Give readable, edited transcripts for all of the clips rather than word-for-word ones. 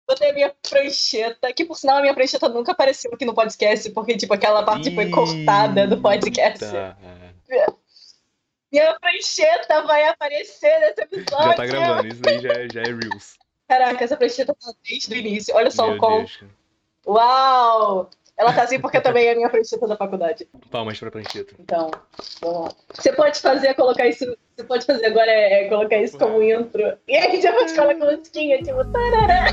Botei a minha prancheta, que por sinal a minha prancheta nunca apareceu aqui no podcast, porque, tipo, aquela parte foi cortada do podcast. Minha prancheta vai aparecer nesse episódio. Já tá gravando, isso daí já é Reels. Caraca, essa prancheta tá desde o início. Olha só Meu o quão... Deus. Uau! Ela tá assim porque também é a minha prancheta da faculdade. Palmas pra prancheta. Então, vamos lá. Você pode fazer colocar isso... Você pode fazer agora colocar isso como intro. E aí já pode colocar a musiquinha, tipo... Tarará.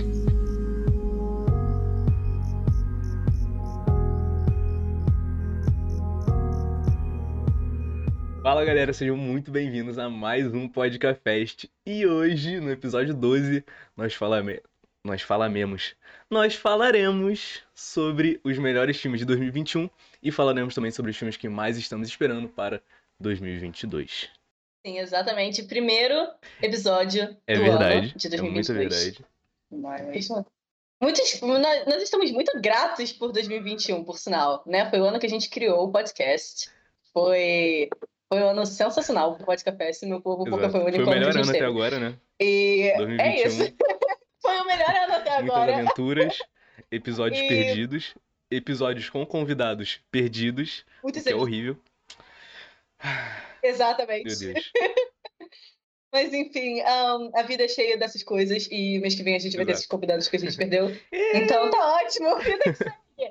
Fala galera, sejam muito bem-vindos a mais um Podcafest. E hoje, no episódio 12, nós falaremos sobre os melhores filmes de 2021 e falaremos também sobre os filmes que mais estamos esperando para 2022. Sim, exatamente. Primeiro episódio do verdade, ano de 2022. É muito verdade. Mas... nós estamos muito gratos por 2021, por sinal, né? Foi o ano que a gente criou o podcast. Foi um ano sensacional pro Podcafest, meu povo, porque foi o único ano que a gente teve. Foi o melhor ano até agora, né? E 2021. é isso. Foi o melhor ano até agora. Muitas aventuras, episódios perdidos, episódios com convidados perdidos, o que é horrível. Exatamente. Meu Deus. Mas enfim, a vida é cheia dessas coisas e mês que vem a gente vai ter esses convidados que a gente perdeu. Então tá ótimo, vida que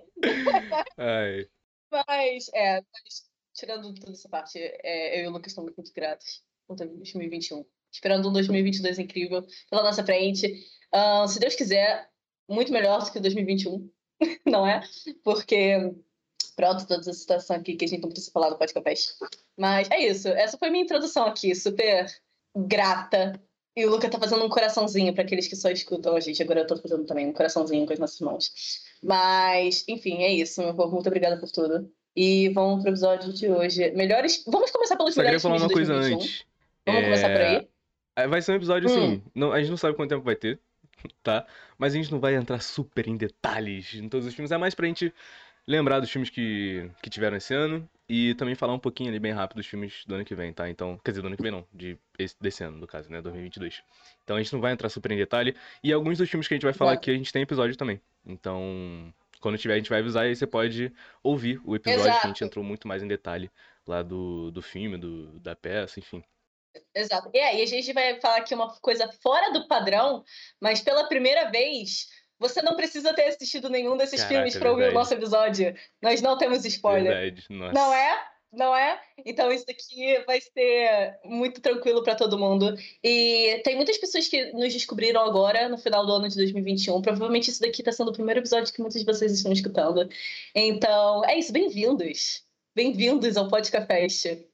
segue. Mas tirando toda essa parte, eu e o Lucas estamos muito gratos por 2021. Esperando um 2022 incrível pela nossa frente. Se Deus quiser, muito melhor do que 2021, não é? Porque, pronto, toda essa situação aqui que a gente não precisa falar no podcast. Mas é isso, essa foi minha introdução aqui, super grata. E o Lucas tá fazendo um coraçãozinho para aqueles que só escutam a gente. Agora eu tô fazendo também um coraçãozinho com as nossas mãos. Mas, enfim, é isso, meu povo. Muito obrigada por tudo. E vamos pro episódio de hoje. Vamos começar pelos melhores filmes de 2021. Só queria falar uma coisa antes. Vamos começar por aí? Vai ser um episódio assim, a gente não sabe quanto tempo vai ter, tá? Mas a gente não vai entrar super em detalhes em todos os filmes. É mais pra gente lembrar dos filmes que tiveram esse ano e também falar um pouquinho ali bem rápido dos filmes do ano que vem, tá? Então, quer dizer, do ano que vem não, desse ano, no caso, né? 2022. Então a gente não vai entrar super em detalhe. E alguns dos filmes que a gente vai falar aqui, a gente tem episódio também. Então, quando tiver, a gente vai avisar e aí você pode ouvir o episódio. Exato. Que a gente entrou muito mais em detalhe lá do filme, da peça, enfim. Exato. E aí, a gente vai falar aqui uma coisa fora do padrão, mas pela primeira vez, você não precisa ter assistido nenhum desses filmes para ouvir o nosso episódio. Nós não temos spoiler. Verdade, nossa. Não é? Não é? Então isso aqui vai ser muito tranquilo para todo mundo. E tem muitas pessoas que nos descobriram agora, no final do ano de 2021. Provavelmente isso daqui está sendo o primeiro episódio que muitos de vocês estão escutando. Então, é isso. Bem-vindos. Bem-vindos ao Podcafest.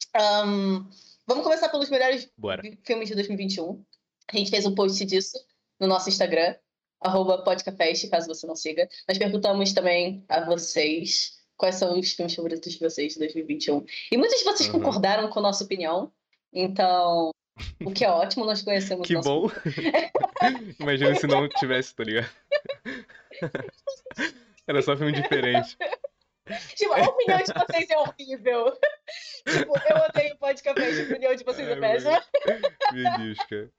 Vamos começar pelos melhores filmes de 2021. A gente fez um post disso no nosso Instagram, @podcafest, caso você não siga. Nós perguntamos também a vocês quais são os filmes favoritos de vocês de 2021. E muitos de vocês concordaram com a nossa opinião. Então, o que é ótimo, nós conhecemos que bom! Imagina se não tivesse, tá ligado? Era só filme diferente. Tipo, a opinião de vocês é horrível. Tipo, eu odeio podcast, a opinião de vocês é péssima. Meu Deus,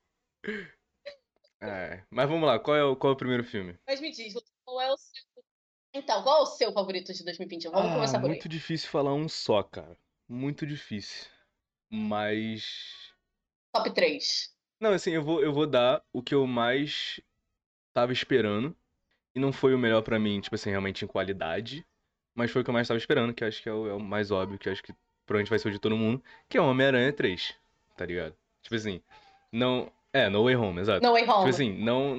cara. Mas vamos lá, qual é o primeiro filme? Mas me diz, qual é o seu... Então, qual é o seu favorito de 2021? Vamos começar por aí. Muito difícil falar um só, cara. Muito difícil. Mas... Top 3. Não, assim, eu vou dar o que eu mais tava esperando. E não foi o melhor pra mim, tipo assim, realmente em qualidade. Mas foi o que eu mais tava esperando, que eu acho que é o mais óbvio, que eu acho que provavelmente vai ser o de todo mundo, que é o Homem-Aranha 3, tá ligado? Tipo assim, não... No Way Home, exato. No Way Home. Tipo assim,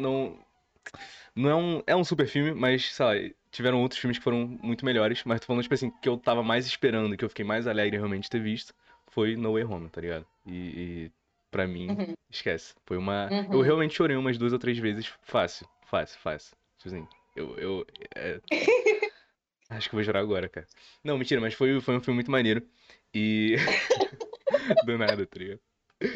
não é um super filme, mas, sei lá, tiveram outros filmes que foram muito melhores, mas tô falando, tipo assim, que eu tava mais esperando, que eu fiquei mais alegre realmente de ter visto, foi No Way Home, tá ligado? E pra mim, esquece. Foi uma... Eu realmente chorei umas 2 ou 3 vezes, fácil. Tipo assim, acho que eu vou chorar agora, cara. Não, mentira, mas foi um filme muito maneiro. E... Do nada, tá ligado?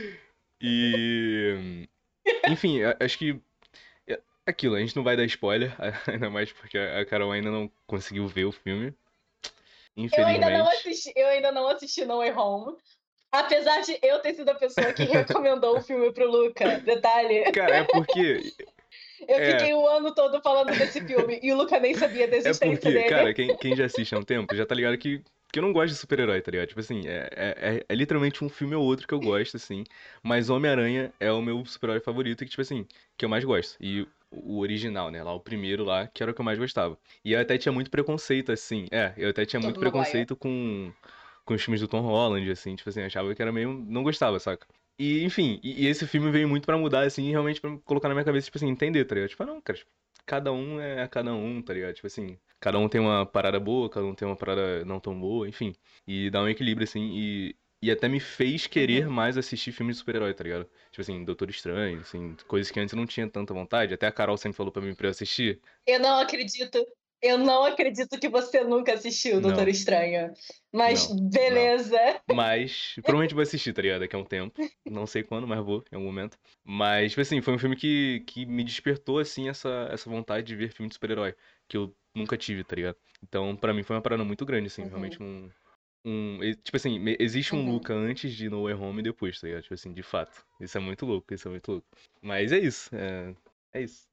E... Enfim, acho que... Aquilo, a gente não vai dar spoiler, ainda mais porque a Carol ainda não conseguiu ver o filme. Infelizmente. Eu ainda não assisti No Way Home. Apesar de eu ter sido a pessoa que recomendou o filme pro Luca. Detalhe. Cara, é porque... Eu fiquei o ano todo falando desse filme e o Luca nem sabia da existência dele. Cara, quem já assiste há um tempo já tá ligado que eu não gosto de super-herói, tá ligado? Tipo assim, é literalmente um filme ou outro que eu gosto, assim. Mas Homem-Aranha é o meu super-herói favorito, que, tipo assim, que eu mais gosto. E o original, né? Lá, o primeiro lá, que era o que eu mais gostava. E eu até tinha muito preconceito, assim. Eu até tinha muito Tobey Maguire. preconceito com os filmes do Tom Holland, assim. Tipo assim, eu achava que era meio. Não gostava, saca? E, enfim, e esse filme veio muito pra mudar, assim, e realmente pra colocar na minha cabeça, tipo assim, entender, tá ligado? Tipo, não, cara, tipo, cada um é cada um, tá ligado? Tipo assim, cada um tem uma parada boa, cada um tem uma parada não tão boa, enfim. E dá um equilíbrio, assim, e até me fez querer mais assistir filmes de super-herói, tá ligado? Tipo assim, Doutor Estranho, assim, coisas que antes eu não tinha tanta vontade. Até a Carol sempre falou pra mim pra eu assistir. Eu não acredito. Eu não acredito que você nunca assistiu Doutor Não, Estranho. Mas não, não. beleza. Mas provavelmente vou assistir, tá ligado? Daqui a um tempo. Não sei quando, mas vou, em algum momento. Mas, tipo assim, foi um filme que me despertou, assim, essa vontade de ver filme de super-herói. Que eu nunca tive, tá ligado? Então, pra mim foi uma parada muito grande, assim. Realmente tipo assim, existe um Luca antes de No Way Home e depois, tá ligado? Tipo assim, de fato. Isso é muito louco, isso é muito louco. Mas é isso, é isso.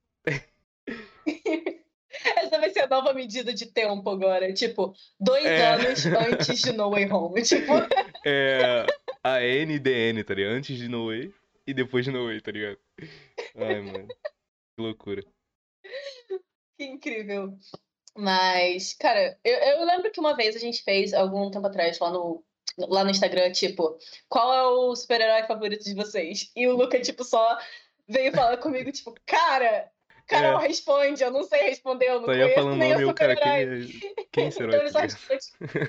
Essa vai ser a nova medida de tempo agora. Tipo, 2 anos antes de No Way Home. Tipo, a NDN, tá ligado? Antes de No Way e depois de No Way, tá ligado? Ai, mano. Que loucura. que incrível. Mas, cara, eu lembro que uma vez a gente fez, algum tempo atrás, lá no Instagram, tipo, qual é o super-herói favorito de vocês? E o Luca, tipo, só veio falar comigo, tipo, cara, Carol, responde, eu não sei responder, eu não Só ia conheço falando nenhum nome, cara, super-herói. quem é esse Então herói, ele tá só ligado? respondeu,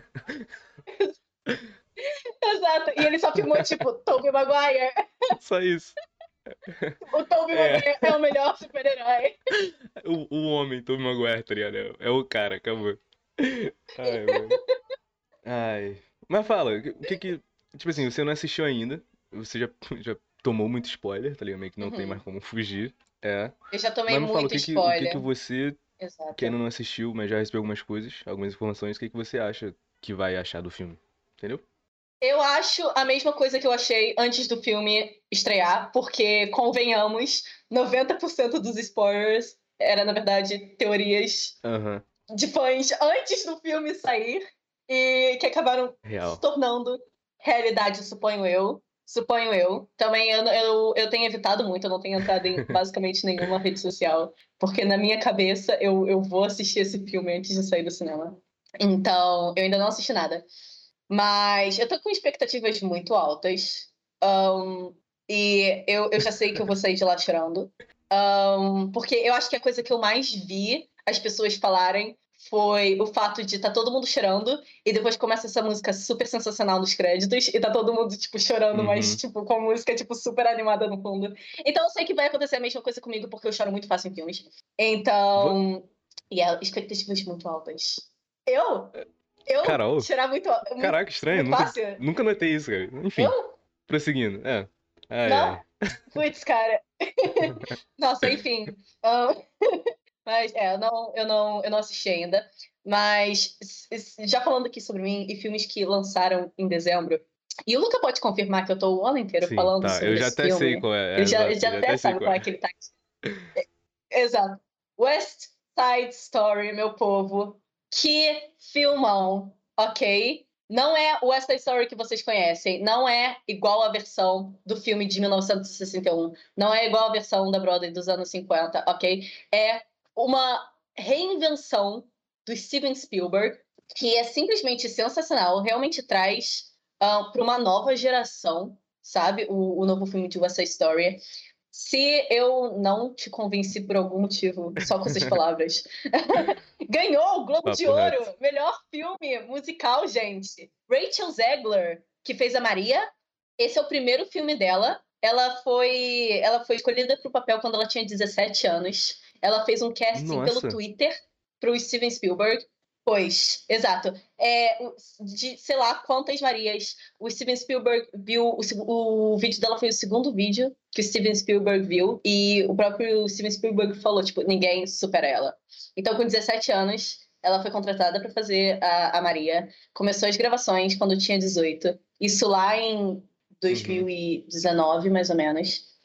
exato, e ele só filmou, tipo, Tobey Maguire. Só isso. O Tobey Maguire é o melhor super-herói. O homem, Tobey Maguire, tá ligado? É o cara, acabou. Ai, mano. Ai. Mas fala, o que. Tipo assim, você não assistiu ainda. Você já tomou muito spoiler, tá ligado? Meio que não tem mais como fugir. Eu já tomei Mas me fala, muito o que spoiler. você, que Exato. ainda não assistiu, mas já recebeu algumas coisas, algumas informações, o que você acha que vai achar do filme? Entendeu? Eu acho a mesma coisa que eu achei antes do filme estrear, porque, convenhamos, 90% dos spoilers era, na verdade, teorias Aham. de fãs antes do filme sair e que acabaram se Real. tornando realidade, suponho eu. Suponho eu. Também eu tenho evitado muito, eu não tenho entrado em basicamente nenhuma rede social, porque na minha cabeça eu vou assistir esse filme antes de sair do cinema. Então, eu ainda não assisti nada. Mas eu tô com expectativas muito altas. E eu já sei que eu vou sair de lá chorando. Porque eu acho que a coisa que eu mais vi as pessoas falarem foi o fato de tá todo mundo chorando e depois começa essa música super sensacional nos créditos e tá todo mundo, tipo, chorando, mas, tipo, com a música, tipo, super animada no fundo. Então eu sei que vai acontecer a mesma coisa comigo porque eu choro muito fácil em filmes. Então... E expectativas muito altas. Eu Carol? tirar muito, Caraca, estranho. muito Nunca, fácil? nunca notei isso, cara. Enfim, Eu? prosseguindo. Ai, Não? ai. Putz, cara. Nossa, enfim. Mas eu não assisti ainda. Mas já falando aqui sobre mim e filmes que lançaram em dezembro, e o Luca pode confirmar que eu tô o ano inteiro Sim, falando tá. Eu sobre já esse até sei filme. qual é. Ele Exato. Eu já já até até sei sabe qual qual é. é que ele tá. Exato. West Side Story, meu povo. Que filmão, ok? Não é o West Side Story que vocês conhecem. Não é igual a versão do filme de 1961. Não é igual a versão da Broadway dos anos 50, ok? É uma reinvenção do Steven Spielberg, que é simplesmente sensacional. Realmente traz para uma nova geração, sabe? O novo filme de West Side Story. Se eu não te convenci por algum motivo, só com essas palavras, ganhou o Globo de Papo reto. Ouro, melhor filme musical, gente. Rachel Zegler, que fez a Maria, esse é o primeiro filme dela. Ela foi escolhida para o papel quando ela tinha 17 anos. Ela fez um casting pelo Nossa. Twitter para o Steven Spielberg. Pois, exato. De sei lá quantas Marias. O Steven Spielberg viu. O vídeo dela foi o segundo vídeo que o Steven Spielberg viu. E o próprio Steven Spielberg falou: tipo, ninguém supera ela. Então, com 17 anos, ela foi contratada para fazer a Maria. Começou as gravações quando tinha 18. Isso lá em Uhum. 2019, mais ou menos.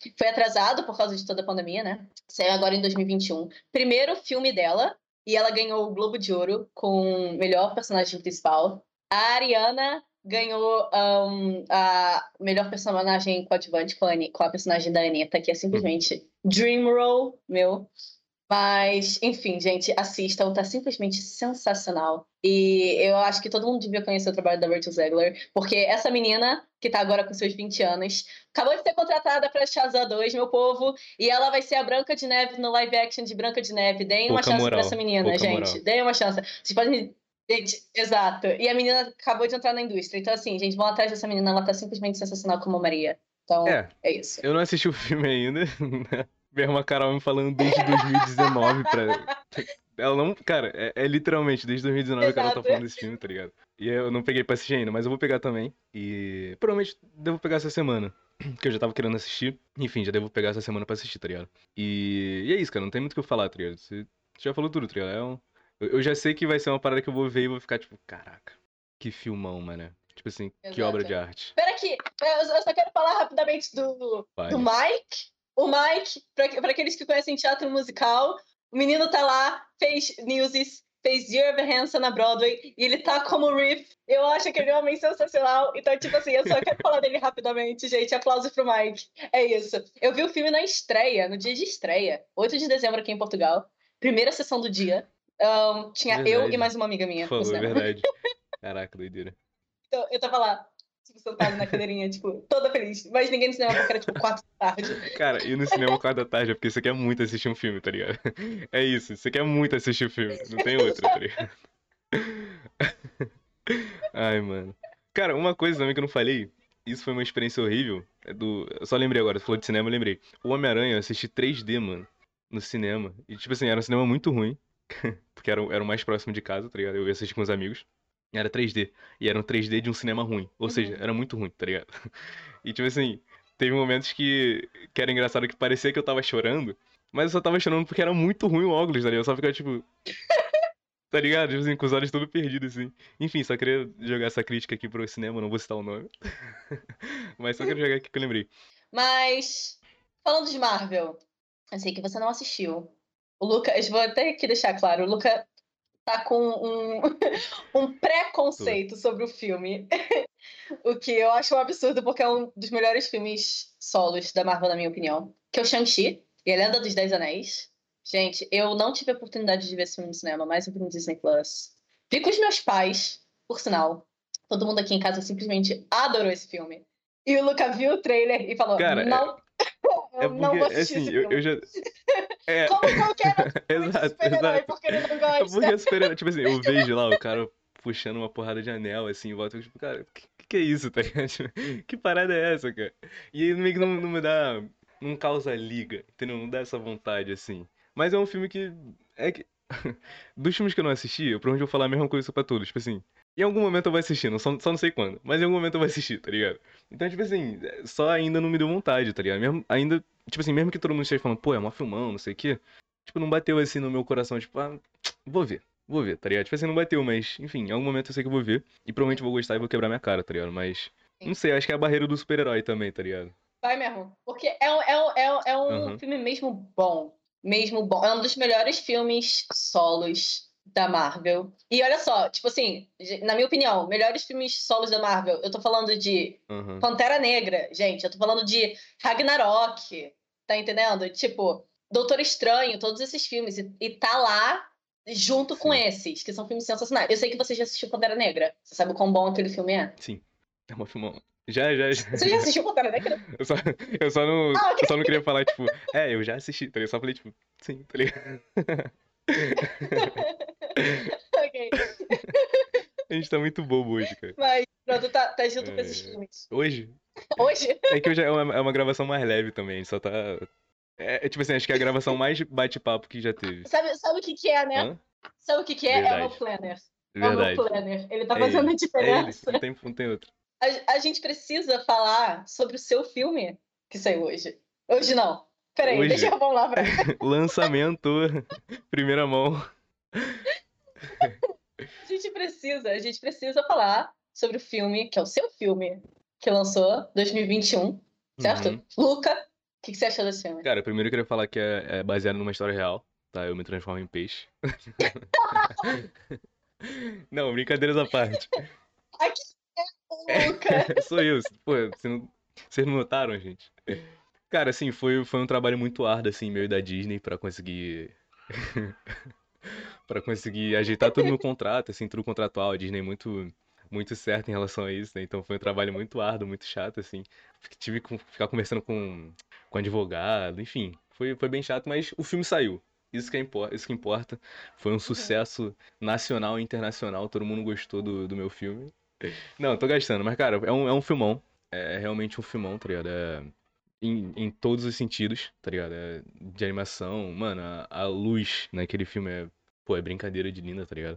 Foi atrasado por causa de toda a pandemia, né? Saiu agora em 2021. Primeiro filme dela, e ela ganhou o Globo de Ouro com melhor personagem principal. A Ariana ganhou a melhor personagem coadjuvante com a personagem da Anitta, que é simplesmente dream role, meu. Mas, enfim, gente, assistam, tá simplesmente sensacional. E eu acho que todo mundo devia conhecer o trabalho da Rachel Zegler, porque essa menina, que tá agora com seus 20 anos, acabou de ser contratada pra Shazam 2, meu povo, e ela vai ser a Branca de Neve no live action de Branca de Neve. Deem uma chance pra essa menina, gente. Deem uma chance. Vocês podem... Gente, exato. E a menina acabou de entrar na indústria. Então, assim, gente, vão atrás dessa menina, ela tá simplesmente sensacional como Maria. Então, é isso. Eu não assisti o filme ainda, né? Mesmo a Carol me falando desde 2019 pra... Ela não... Cara, é literalmente desde 2019 que ela tá falando desse filme, tá ligado? E eu não peguei pra assistir ainda, mas eu vou pegar também. E provavelmente devo pegar essa semana. Que eu já tava querendo assistir. Enfim, já devo pegar essa semana pra assistir, tá ligado? E é isso, cara. Não tem muito o que eu falar, tá ligado? Você já falou tudo, tá ligado? Eu já sei que vai ser uma parada que eu vou ver e vou ficar tipo, caraca, que filmão, mano. Tipo assim, que obra de arte. Espera aqui, eu só quero falar rapidamente do Mike. O Mike, pra aqueles que conhecem teatro musical, o menino tá lá, fez Newsies, fez Dear Evan Hansen na Broadway, e ele tá como Riff. Eu acho aquele homem sensacional. Então, tipo assim, eu só quero falar dele rapidamente, gente. Aplausos pro Mike. É isso. Eu vi o filme na estreia, no dia de estreia, 8 de dezembro aqui em Portugal. Primeira sessão do dia. Tinha verdade. Eu e mais uma amiga minha. Falou, é verdade. Caraca, doideira. Então, eu tava lá, tipo, sentado na cadeirinha, tipo, toda feliz. Mas ninguém no cinema porque era, tipo, 4 da tarde. Cara, ir no cinema 4 da tarde é porque você quer muito assistir um filme, tá ligado? É isso, você quer muito assistir o filme. Não tem outra, tá ligado? Ai, mano. Cara, uma coisa também que eu não falei, isso foi uma experiência horrível. Eu só lembrei agora, você falou de cinema, eu lembrei. O Homem-Aranha eu assisti 3D, mano, no cinema. E, tipo assim, era um cinema muito ruim. Porque era o mais próximo de casa, tá ligado? Eu ia assistir com os amigos. Era 3D. E era um 3D de um cinema ruim. Ou seja, era muito ruim, tá ligado? E tipo assim, teve momentos que era engraçado que parecia que eu tava chorando. Mas eu só tava chorando porque era muito ruim o óculos, tá ligado? Eu só ficava tipo. Tá ligado? Tipo assim, com os olhos todos perdidos, assim. Enfim, só queria jogar essa crítica aqui pro cinema, não vou citar o nome. Mas só queria jogar aqui que eu lembrei. Mas, falando de Marvel, eu sei que você não assistiu. O Lucas, vou até aqui deixar claro, o Lucas tá com um preconceito sobre o filme. O que eu acho um absurdo, porque é um dos melhores filmes solos da Marvel, na minha opinião. Que é o Shang-Chi e a Lenda dos 10 Anéis. Gente, eu não tive a oportunidade de ver esse filme no cinema, mas eu vi no Disney Plus. Vi com os meus pais, por sinal. Todo mundo aqui em casa simplesmente adorou esse filme. E o Luca viu o trailer e falou, cara, não, eu não vou assistir assim, esse filme. Eu já... Como qualquer exato. Porque ele não gosta. Porque super-herói, tipo assim, eu vejo lá o cara puxando uma porrada de anel, assim, em volta, eu tipo, cara, que é isso, tá ligado? Que parada é essa, cara? E aí meio que não me dá, não causa liga, entendeu? Não dá essa vontade, assim. Mas é um filme que, dos filmes que eu não assisti, eu provavelmente vou falar a mesma coisa pra todos, tipo assim, em algum momento eu vou assistir, só não sei quando, mas em algum momento eu vou assistir, tá ligado? Então, tipo assim, só ainda não me deu vontade, tá ligado? Mesmo, ainda, tipo assim, mesmo que todo mundo esteja falando, pô, é uma filmão, não sei o quê, tipo, não bateu assim no meu coração, tipo, vou ver, tá ligado? Tipo assim, não bateu, mas, enfim, em algum momento eu sei que eu vou ver. E provavelmente vou gostar e vou quebrar minha cara, tá ligado? Mas, não sei, acho que é a barreira do super-herói também, tá ligado? Vai mesmo. Porque é um filme mesmo bom. Mesmo bom. É um dos melhores filmes solos da Marvel. E olha só, tipo assim, na minha opinião, melhores filmes solos da Marvel, eu tô falando de Pantera Negra, gente. Eu tô falando de Ragnarok, tá entendendo? Tipo, Doutor Estranho, todos esses filmes. E tá lá junto com esses, que são filmes sensacionais. Eu sei que você já assistiu Pantera Negra. Você sabe o quão bom aquele filme é? Sim, é uma filmão. Já. Você já assistiu Pantera Negra? Eu só não queria falar, tipo, eu já assisti, tá ligado? Eu só falei, tipo, sim, tá ligado? Ok. A gente tá muito bobo hoje, cara. Mas pronto, tá junto com esses filmes. Hoje? Hoje? É que hoje é uma gravação mais leve também, a gente só tá... tipo assim, acho que é a gravação mais bate-papo que já teve. Sabe o que é, né? Hã? Sabe o que é? Verdade. É o meu planner. Verdade. É o meu planner. Ele tá fazendo a diferença. É ele, não tem outro. A gente precisa falar sobre o seu filme que saiu hoje. Hoje não. Peraí, hoje. Deixa eu vamos lá pra... Lançamento, primeira mão. A gente precisa falar sobre o filme, que é o seu filme, que lançou 2021, certo? Luca, que você achou desse filme? Cara, primeiro eu queria falar que é baseado numa história real, tá? Eu me transformo em peixe. Não, brincadeiras à parte. Ai, que Luca! Sou eu. Pô, vocês não notaram, gente? Cara, assim, foi um trabalho muito árduo, assim, meu e da Disney pra conseguir. Pra conseguir ajeitar tudo no contrato, assim, tudo contratual. A Disney é muito certa em relação a isso, né? Então foi um trabalho muito árduo, muito chato, assim. Tive que ficar conversando com advogado, enfim. Foi bem chato, mas o filme saiu. Isso que importa. Foi um Uhum. sucesso nacional e internacional. Todo mundo gostou do meu filme. Não, tô gastando, mas, cara, é um filmão. É realmente um filmão, tá ligado? Em todos os sentidos, tá ligado? De animação, mano, a luz naquele filme pô, é brincadeira de linda, tá ligado?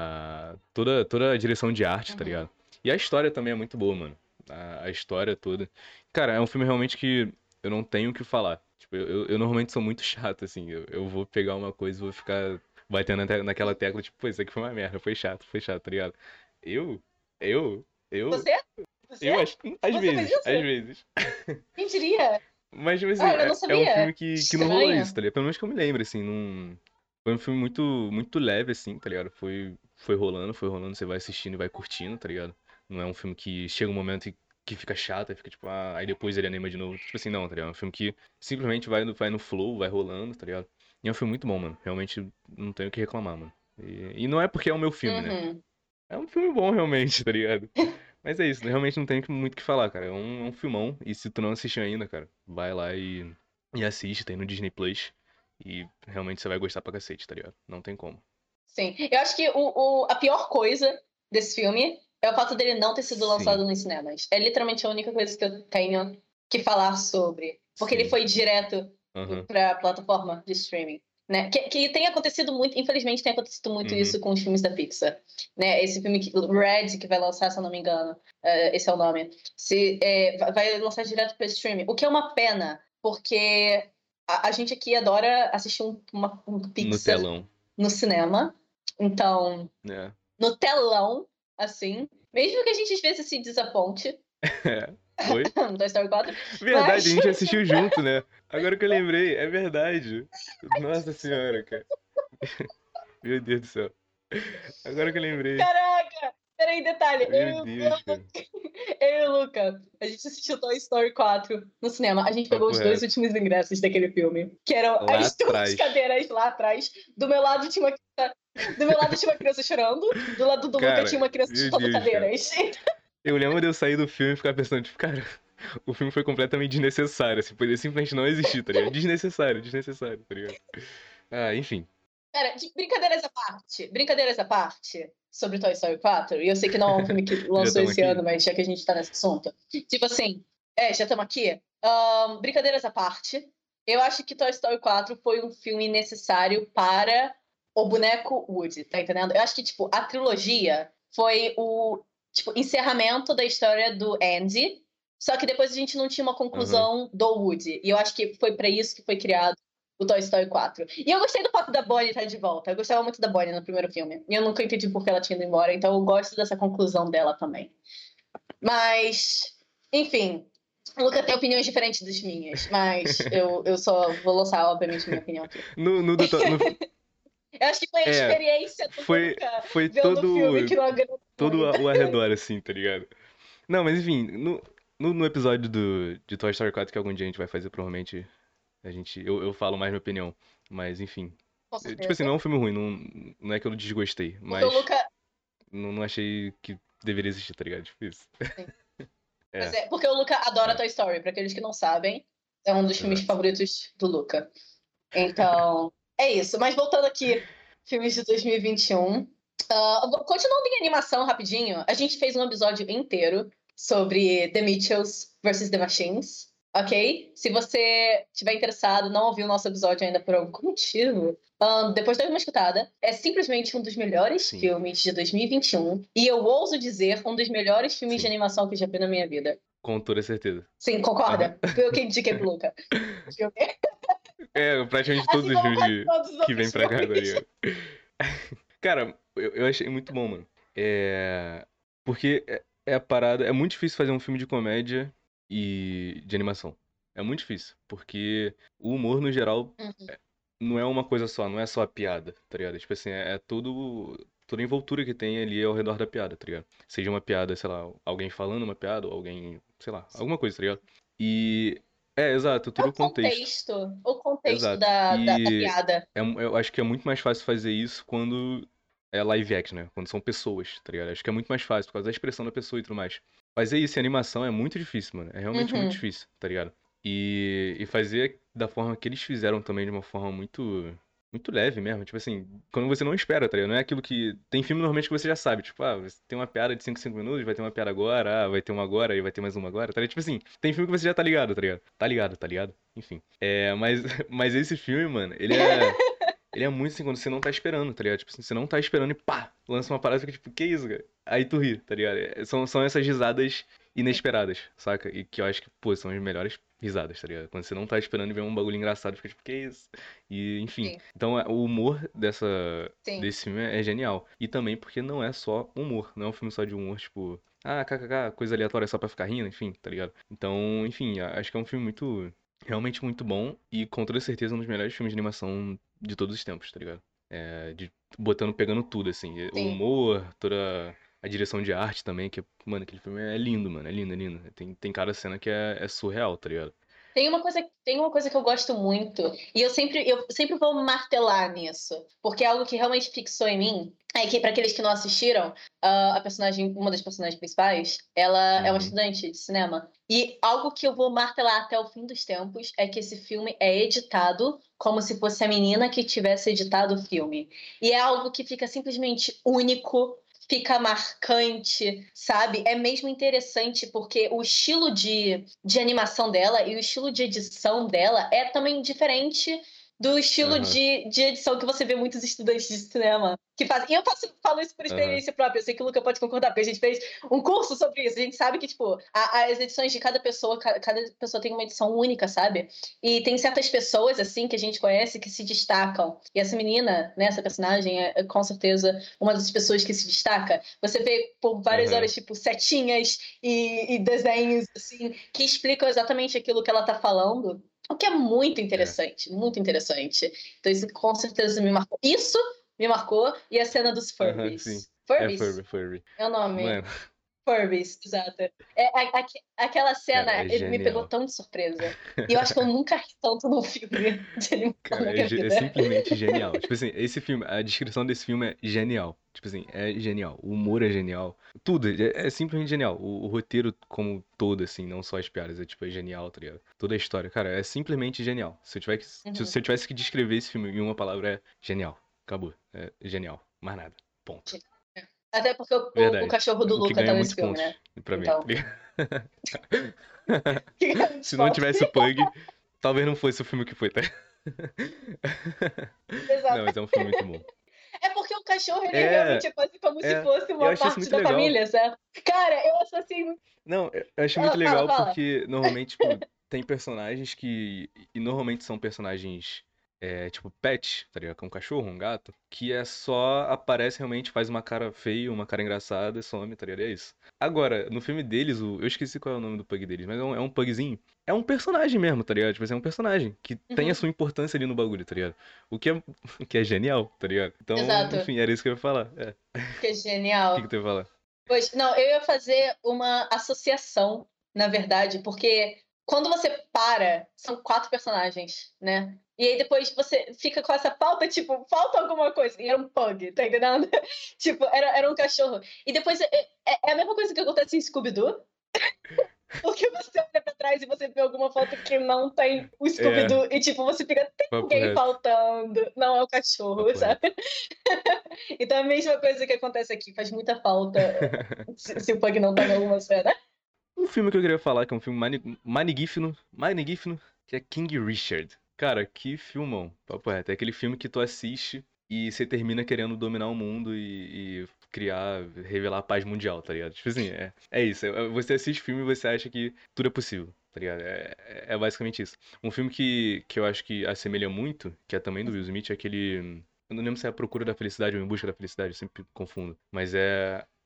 Toda a direção de arte, tá Uhum. ligado? E a história também é muito boa, mano. A história toda. Cara, é um filme realmente que eu não tenho o que falar. Tipo, eu normalmente sou muito chato, assim. Eu vou pegar uma coisa e vou ficar batendo naquela tecla, tipo, pô, isso aqui foi uma merda, foi chato, tá ligado? Eu, eu, eu, Você? Você? eu acho, às Você fez vezes, isso? às vezes. Quem diria? Mas, tipo assim, Olha, eu não é um sabia. filme que não rolou isso, Estranho. tá ligado? Pelo menos que eu me lembro, assim, não. Foi um filme muito leve, assim, tá ligado? Foi rolando, você vai assistindo e vai curtindo, tá ligado? Não é um filme que chega um momento que fica chato, aí fica tipo, aí depois ele anima de novo. Tipo assim, não, tá ligado? É um filme que simplesmente vai no flow, vai rolando, tá ligado? E é um filme muito bom, mano. Realmente não tenho o que reclamar, mano. E não é porque é o meu filme, né? Uhum. É um filme bom, realmente, tá ligado? Mas é isso, realmente não tem muito o que falar, cara. É um filmão. E se tu não assistiu ainda, cara, vai lá e assiste, tem no Disney Plus. E realmente você vai gostar pra cacete, tá ligado? Não tem como. Sim. Eu acho que a pior coisa desse filme é o fato dele não ter sido Sim, lançado nos cinemas. É literalmente a única coisa que eu tenho que falar sobre. Porque ele sim. foi direto Aham. pra plataforma de streaming. Né? Que tem acontecido muito, infelizmente tem acontecido muito Uhum. isso com os filmes da Pixar. Né? Esse filme Red, que vai lançar, se eu não me engano, esse é o nome, vai lançar direto para streaming. O que é uma pena, porque a gente aqui adora assistir um No Pixar telão. no cinema. Então, É. no telão, assim, mesmo que a gente às vezes se desaponte É. Oi? no Toy Story 4, Verdade, a mas gente assistiu junto, né? Agora que eu lembrei, é verdade. Nossa senhora, cara. Meu Deus do céu. Agora que eu lembrei. caraca! Peraí, detalhe, Meu Deus, cara. eu e o Luca, a gente assistiu Toy Story 4 no cinema. A gente pegou Papo os dois reto. últimos ingressos daquele filme, que eram Lá as duas atrás. cadeiras lá atrás. Do meu lado tinha uma criança chorando, do lado do Luca tinha Cara, uma criança meu chutando Deus, cara. cadeiras. Eu lembro de eu sair do filme e ficar pensando, tipo, cara, o filme foi completamente desnecessário, assim, poderia simplesmente não existir, tá ligado? Desnecessário, tá ligado? Ah, enfim. Cara, brincadeiras à parte sobre Toy Story 4, e eu sei que não é um filme que Já lançou estamos esse aqui? ano, mas já que a gente tá nesse assunto, tipo assim, já estamos aqui. Brincadeiras à parte, eu acho que Toy Story 4 foi um filme necessário para o boneco Woody, tá entendendo? Eu acho que, tipo, a trilogia foi o, tipo, encerramento da história do Andy, só que depois a gente não tinha uma Aham. conclusão do Woody, e eu acho que foi para isso que foi criado o Toy Story 4. E eu gostei do fato da Bonnie estar de volta. Eu gostava muito da Bonnie no primeiro filme. E eu nunca entendi por que ela tinha ido embora, então eu gosto dessa conclusão dela também. Mas, enfim, o Luca tem opiniões diferentes das minhas, mas eu só vou lançar, obviamente, minha opinião aqui. No, do to- no- Eu acho que foi a é, experiência do Luca foi vendo o filme todo, que não agradou todo muito. o arredor, assim, tá ligado? Não, mas enfim, no episódio de Toy Story 4 que algum dia a gente vai fazer, provavelmente eu falo mais minha opinião. Mas enfim. Com Tipo assim, certeza. não é um filme ruim, não é que eu desgostei, Porque o mas Luca. não achei que deveria existir, tá ligado? Tipo isso. Sim. Mas É, porque o Luca adora é, Toy Story. Pra aqueles que não sabem, é um dos filmes exato. favoritos do Luca. Então, é isso. Mas voltando aqui, filmes de 2021. Continuando em animação rapidinho, a gente fez um episódio inteiro sobre The Mitchells vs. The Machines, ok? Se você estiver interessado, não ouviu o nosso episódio ainda por algum motivo, depois dê uma escutada. É simplesmente um dos melhores Sim, filmes de 2021 e eu ouso dizer um dos melhores filmes de sim. animação que eu já vi na minha vida. Com toda certeza. Sim, Aham. concorda? Foi eu que indiquei pro Luca. O filme. É, praticamente todos Assim os como filmes quase todos os que vem outros pra cá, tá filmes. ligado? Cara, eu achei muito bom, mano. Porque é a parada. É muito difícil fazer um filme de comédia e de animação. É muito difícil. Porque o humor, no geral, Uhum. não é uma coisa só, não é só a piada, tá ligado? Tipo assim, é tudo. Toda a envoltura que tem ali ao redor da piada, tá ligado? Seja uma piada, sei lá, alguém falando uma piada, ou alguém, sei lá, alguma coisa, tá ligado? E. É, exato, É todo o contexto. o contexto Exato. da E piada. eu acho que é muito mais fácil fazer isso quando é live action, né? Quando são pessoas, tá ligado? Acho que é muito mais fácil por causa da expressão da pessoa e tudo mais. Fazer isso em animação é muito difícil, mano. É realmente muito Uhum. difícil, tá ligado? E fazer da forma que eles fizeram também, de uma forma muito. Muito leve mesmo, tipo assim, quando você não espera, tá ligado? Não é aquilo que. Tem filme normalmente que você já sabe, tipo, você tem uma piada de 5 minutos, vai ter uma piada agora, vai ter uma agora, e vai ter mais uma agora, tá ligado? Tipo assim, tem filme que você já tá ligado, tá ligado? Tá ligado, tá ligado? Enfim. Mas, mas esse filme, mano, ele é muito assim, quando você não tá esperando, tá ligado? Tipo assim, você não tá esperando e pá, lança uma parada e fica tipo, que isso, cara? Aí tu ri, tá ligado? São essas risadas inesperadas, saca? E que eu acho que, pô, são as melhores risadas, tá ligado? Quando você não tá esperando e vê um bagulho engraçado, fica tipo, que isso? E, enfim. Sim, Então, o humor sim. desse filme é genial. E também porque não é só humor, não é um filme só de humor, tipo, kkk, coisa aleatória só pra ficar rindo, enfim, tá ligado? Então, enfim, acho que é um filme muito. Realmente muito bom e com toda certeza um dos melhores filmes de animação de todos os tempos, tá ligado? Pegando tudo, assim. O Sim. humor, toda a direção de arte também, que, mano, aquele filme é lindo, mano. É lindo, é lindo. Tem cada cena que é surreal, tá ligado? Tem uma coisa que eu gosto muito, e eu sempre vou martelar nisso, porque é algo que realmente fixou em mim. É que, para aqueles que não assistiram, a personagem, uma das personagens principais, ela é uma Uhum. estudante de cinema. E algo que eu vou martelar até o fim dos tempos é que esse filme é editado como se fosse a menina que tivesse editado o filme. E é algo que fica simplesmente único, fica marcante, sabe? É mesmo interessante porque o estilo de animação dela e o estilo de edição dela é também diferente do estilo Aham. de edição que você vê muitos estudantes de cinema que fazem. E eu falo isso por Aham. experiência própria, eu sei que o Luca pode concordar, porque a gente fez um curso sobre isso, a gente sabe que, tipo, as edições de cada pessoa tem uma edição única, sabe? E tem certas pessoas, assim, que a gente conhece que se destacam. E essa menina, né, essa personagem, é com certeza uma das pessoas que se destaca. Você vê por várias Aham. horas, tipo, setinhas e desenhos, assim, que explicam exatamente aquilo que ela tá falando. O que é muito É. interessante, muito interessante. Então, isso com certeza me marcou. Isso me marcou, e a cena dos Aham, sim. Furbies. É Furbies? Furby, Furby. É o nome. Mano, Furbies, exato. Aquela cara, cena é me pegou genial. tão de surpresa. E eu acho que eu nunca ri tanto num filme de animação Cara, na minha é vida. simplesmente genial. Tipo assim, esse filme, a descrição desse filme é genial. Tipo assim, é genial. O humor é genial. Tudo, é simplesmente genial. O roteiro como todo, assim, não só as piadas, tipo, é genial, tá ligado? Toda a história, cara, é simplesmente genial. Uhum. Se eu tivesse que descrever esse filme em uma palavra, é genial. Acabou. É genial. Mais nada. Ponto. Até porque o Verdade. cachorro do O que Luca tá ganha nesse muitos filme, pontos né? pra mim, tá Então, ligado? que grande Se não ponto. tivesse o Pug, talvez não fosse o filme que foi, tá? Não, Exato. mas é um filme muito bom. É porque o cachorro, ele realmente É, é quase como se fosse eu uma achei isso parte muito da legal. família, sabe? Cara, eu acho assim. Não, eu acho muito Ah, fala, legal fala. porque normalmente, tipo, tem personagens que. E normalmente são personagens, tipo, pet, tá ligado? Que é um cachorro, um gato, que é só aparece realmente, faz uma cara feia, uma cara engraçada e some, tá ligado? É isso. Agora, no filme deles, eu esqueci qual é o nome do pug deles, mas é um pugzinho. É um personagem mesmo, tá ligado? Tipo assim, é um personagem que tem a Uhum, sua importância ali no bagulho, tá ligado? O que é, o que é genial, tá ligado? Então, exato. enfim, era isso que eu ia falar. Que é O que genial. que tu ia falar? Pois, não, eu ia fazer uma associação, na verdade, porque quando você para, são quatro personages, né? E aí depois você fica com essa falta, tipo, falta alguma coisa. E era um pug, tá entendendo? Tipo, era um cachorro. E depois é a mesma coisa que acontece em Scooby-Doo, porque você olha pra trás e você vê alguma foto que não tem o É, Scooby-Doo e, tipo, você fica, tem papo alguém reto, faltando. Não é o cachorro, papo reto. sabe? Então é a mesma coisa que acontece aqui. Faz muita falta se o Pug não tá em alguma cena. Um filme que eu queria falar, que é um filme manigífino, que é King Richard. Cara, que filmão, papo reto. É aquele filme que tu assiste e você termina querendo dominar o mundo e criar, revelar a paz mundial, tá ligado? Tipo assim, é isso. Você assiste o filme e você acha que tudo é possível, tá ligado? É basicamente isso. Um filme que eu acho que assemelha muito, que é também do Will Smith, é aquele. Eu não lembro se é A Procura da Felicidade ou Em Busca da Felicidade, eu sempre confundo. Mas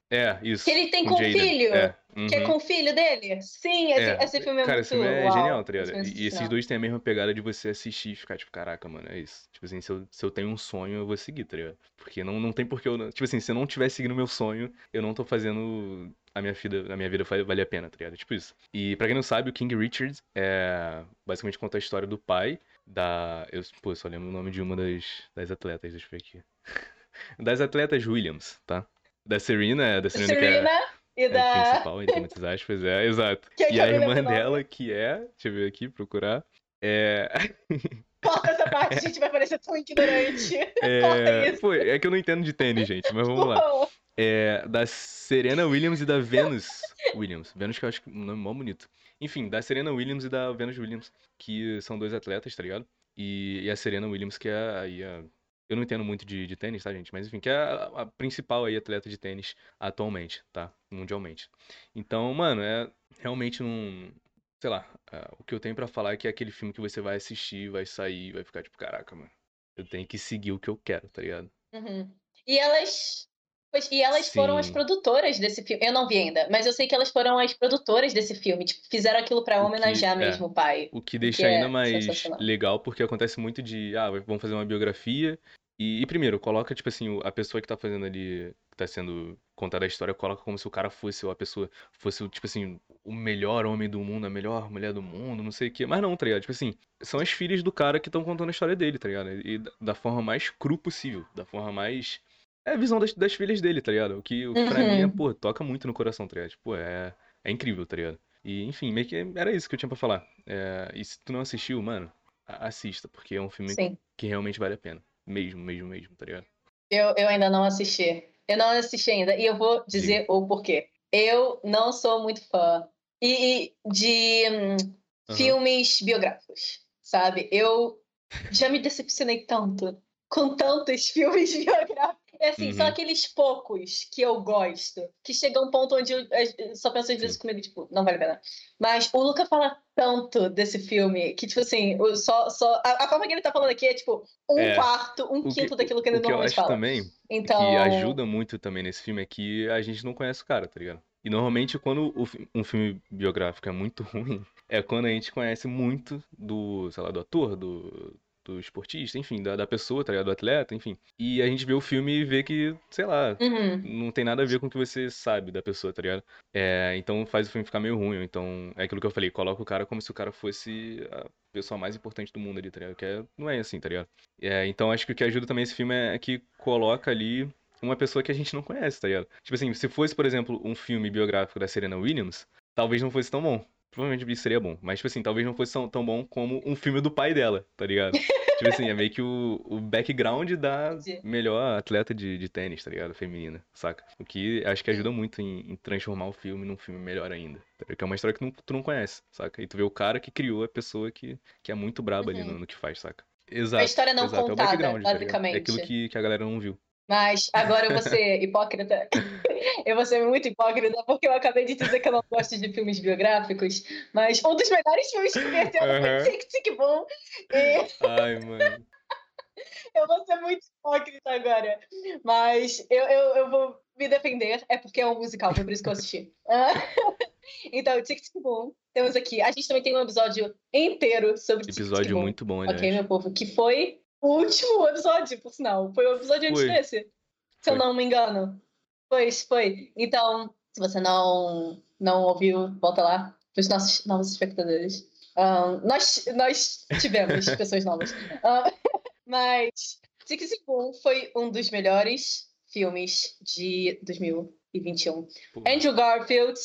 Isso. Que ele tem com o filho. Que é com o filho dele. Sim, esse filme é cara, muito... esse filme é genial, tá ligado? Esse E esses dois têm a mesma pegada de você assistir e ficar, tipo, caraca, mano, é isso. Tipo assim, se eu tenho um sonho, eu vou seguir, tá ligado? Porque não tem por que eu... Tipo assim, se eu não estiver seguindo o meu sonho, eu não tô fazendo a minha vida valer a pena, tá ligado? Tipo isso. E pra quem não sabe, o King Richard basicamente conta a história do pai eu só lembro o nome de uma das atletas, deixa eu ver aqui. Das atletas Williams, tá? Da Serena que Serena e é a da... principal, entre muitas aspas, exato. Que E eu a me lembro irmã o nome. dela, deixa eu ver aqui, procurar, é... Corta essa parte, a gente vai parecer tão ignorante. Corta isso. Pô, é que eu não entendo de tênis, gente, mas vamos lá. Da Serena Williams e da Venus Williams. Venus que eu acho que é um nome mó bonito. Enfim, da Serena Williams e da Venus Williams, que são dois atletas, tá ligado? E a Serena Williams, que é aí a... Eu não entendo muito de tênis, tá, gente? Mas enfim, que é a principal aí atleta de tênis atualmente, tá? Mundialmente. Então, mano, realmente não... Sei lá, o que eu tenho pra falar é que é aquele filme que você vai assistir, vai sair, vai ficar tipo, caraca, mano. Eu tenho que seguir o que eu quero, tá ligado? Uhum. E elas foram as Sim. produtoras desse filme. Eu não vi ainda, mas eu sei que elas foram as produtoras desse filme. Tipo, fizeram aquilo pra homenagear mesmo o pai. O que O que deixa ainda é mais sensacional. legal, porque acontece muito vamos fazer uma biografia. E primeiro, coloca, tipo assim, a pessoa que tá fazendo ali, que tá sendo contada a história, coloca como se o cara fosse, ou a pessoa fosse, tipo assim, o melhor homem do mundo, a melhor mulher do mundo, não sei o quê. Mas não, tá ligado? Tipo assim, são as filhas do cara que estão contando a história dele, tá ligado? E da forma mais cru possível, da forma mais. É a visão das filhas dele, tá ligado? O que pra mim Uhum. pô, toca muito no coração, tá ligado? Tipo, é incrível, tá ligado? E, enfim, meio que era isso que eu tinha pra falar. E se tu não assistiu, mano, assista, porque é um filme Sim. que realmente vale a pena. Mesmo, mesmo, mesmo, tá ligado? Eu ainda não assisti. Eu não assisti ainda. E eu vou Diga. dizer o porquê. Eu não sou muito fã de Aham. filmes biográficos, sabe? Eu já me decepcionei tanto com tantos filmes biográficos. É assim, são Uhum. aqueles poucos que eu gosto, que chega um ponto onde eu só penso às vezes Sim. comigo, tipo, não vale a pena. Mas o Luca fala tanto desse filme que, tipo assim, a forma que ele tá falando aqui é, tipo, um É. quarto, um O que, quinto daquilo que o ele que eu normalmente acho fala. também que Então, ajuda muito também nesse filme é que a gente não conhece o cara, tá ligado? E normalmente quando um filme biográfico é muito ruim, é quando a gente conhece muito sei lá, do ator, do esportista, enfim, da pessoa, tá ligado? Do atleta, enfim. E a gente vê o filme e vê que, sei lá, uhum, não tem nada a ver com o que você sabe da pessoa, tá ligado? Então faz o filme ficar meio ruim. Então é aquilo que eu falei, coloca o cara como se o cara fosse a pessoa mais importante do mundo ali, tá ligado? Não é assim, tá ligado? Então acho que o que ajuda também esse filme é que coloca ali uma pessoa que a gente não conhece, tá ligado? Tipo assim, se fosse, por exemplo, um filme biográfico da Serena Williams, talvez não fosse tão bom. Provavelmente isso seria bom. Mas, tipo assim, talvez não fosse tão bom como um filme do pai dela, tá ligado? Tipo assim, é meio que o background da entendi. melhor atleta de tênis, tá ligado? Feminina, saca? O que acho que ajuda muito em transformar o filme num filme melhor ainda. Tá ligado? Que é uma história que tu não conhece, saca? E tu vê o cara que criou a pessoa que é muito braba ali Uhum. no que faz, saca? A Exato, história não exato. É o contada, background, tá ligado? É aquilo basicamente. que a galera não viu. Mas agora eu vou ser hipócrita. Eu vou ser muito hipócrita, porque eu acabei de dizer que eu não gosto de filmes biográficos, mas um dos melhores filmes que eu vi esse ano foi Aham. Tic Tic Boom, e Ai, mano. eu vou ser muito hipócrita agora. Mas eu vou me defender, é porque é um musical, foi por isso que eu assisti. Então, Tic Tic Boom, temos aqui. A gente também tem um episódio inteiro sobre Tic Tic Episódio Boom, muito bom, ok, aliás. meu povo? Que foi o último episódio, por sinal. Foi o episódio antes Foi, desse, se eu foi. não me engano. Pois foi. Então, se você não ouviu, volta lá para os nossos novos espectadores. Nós tivemos pessoas novas. Mas Tic Tic Boom foi um dos melhores filmes de 2021. Porra. Andrew Garfield,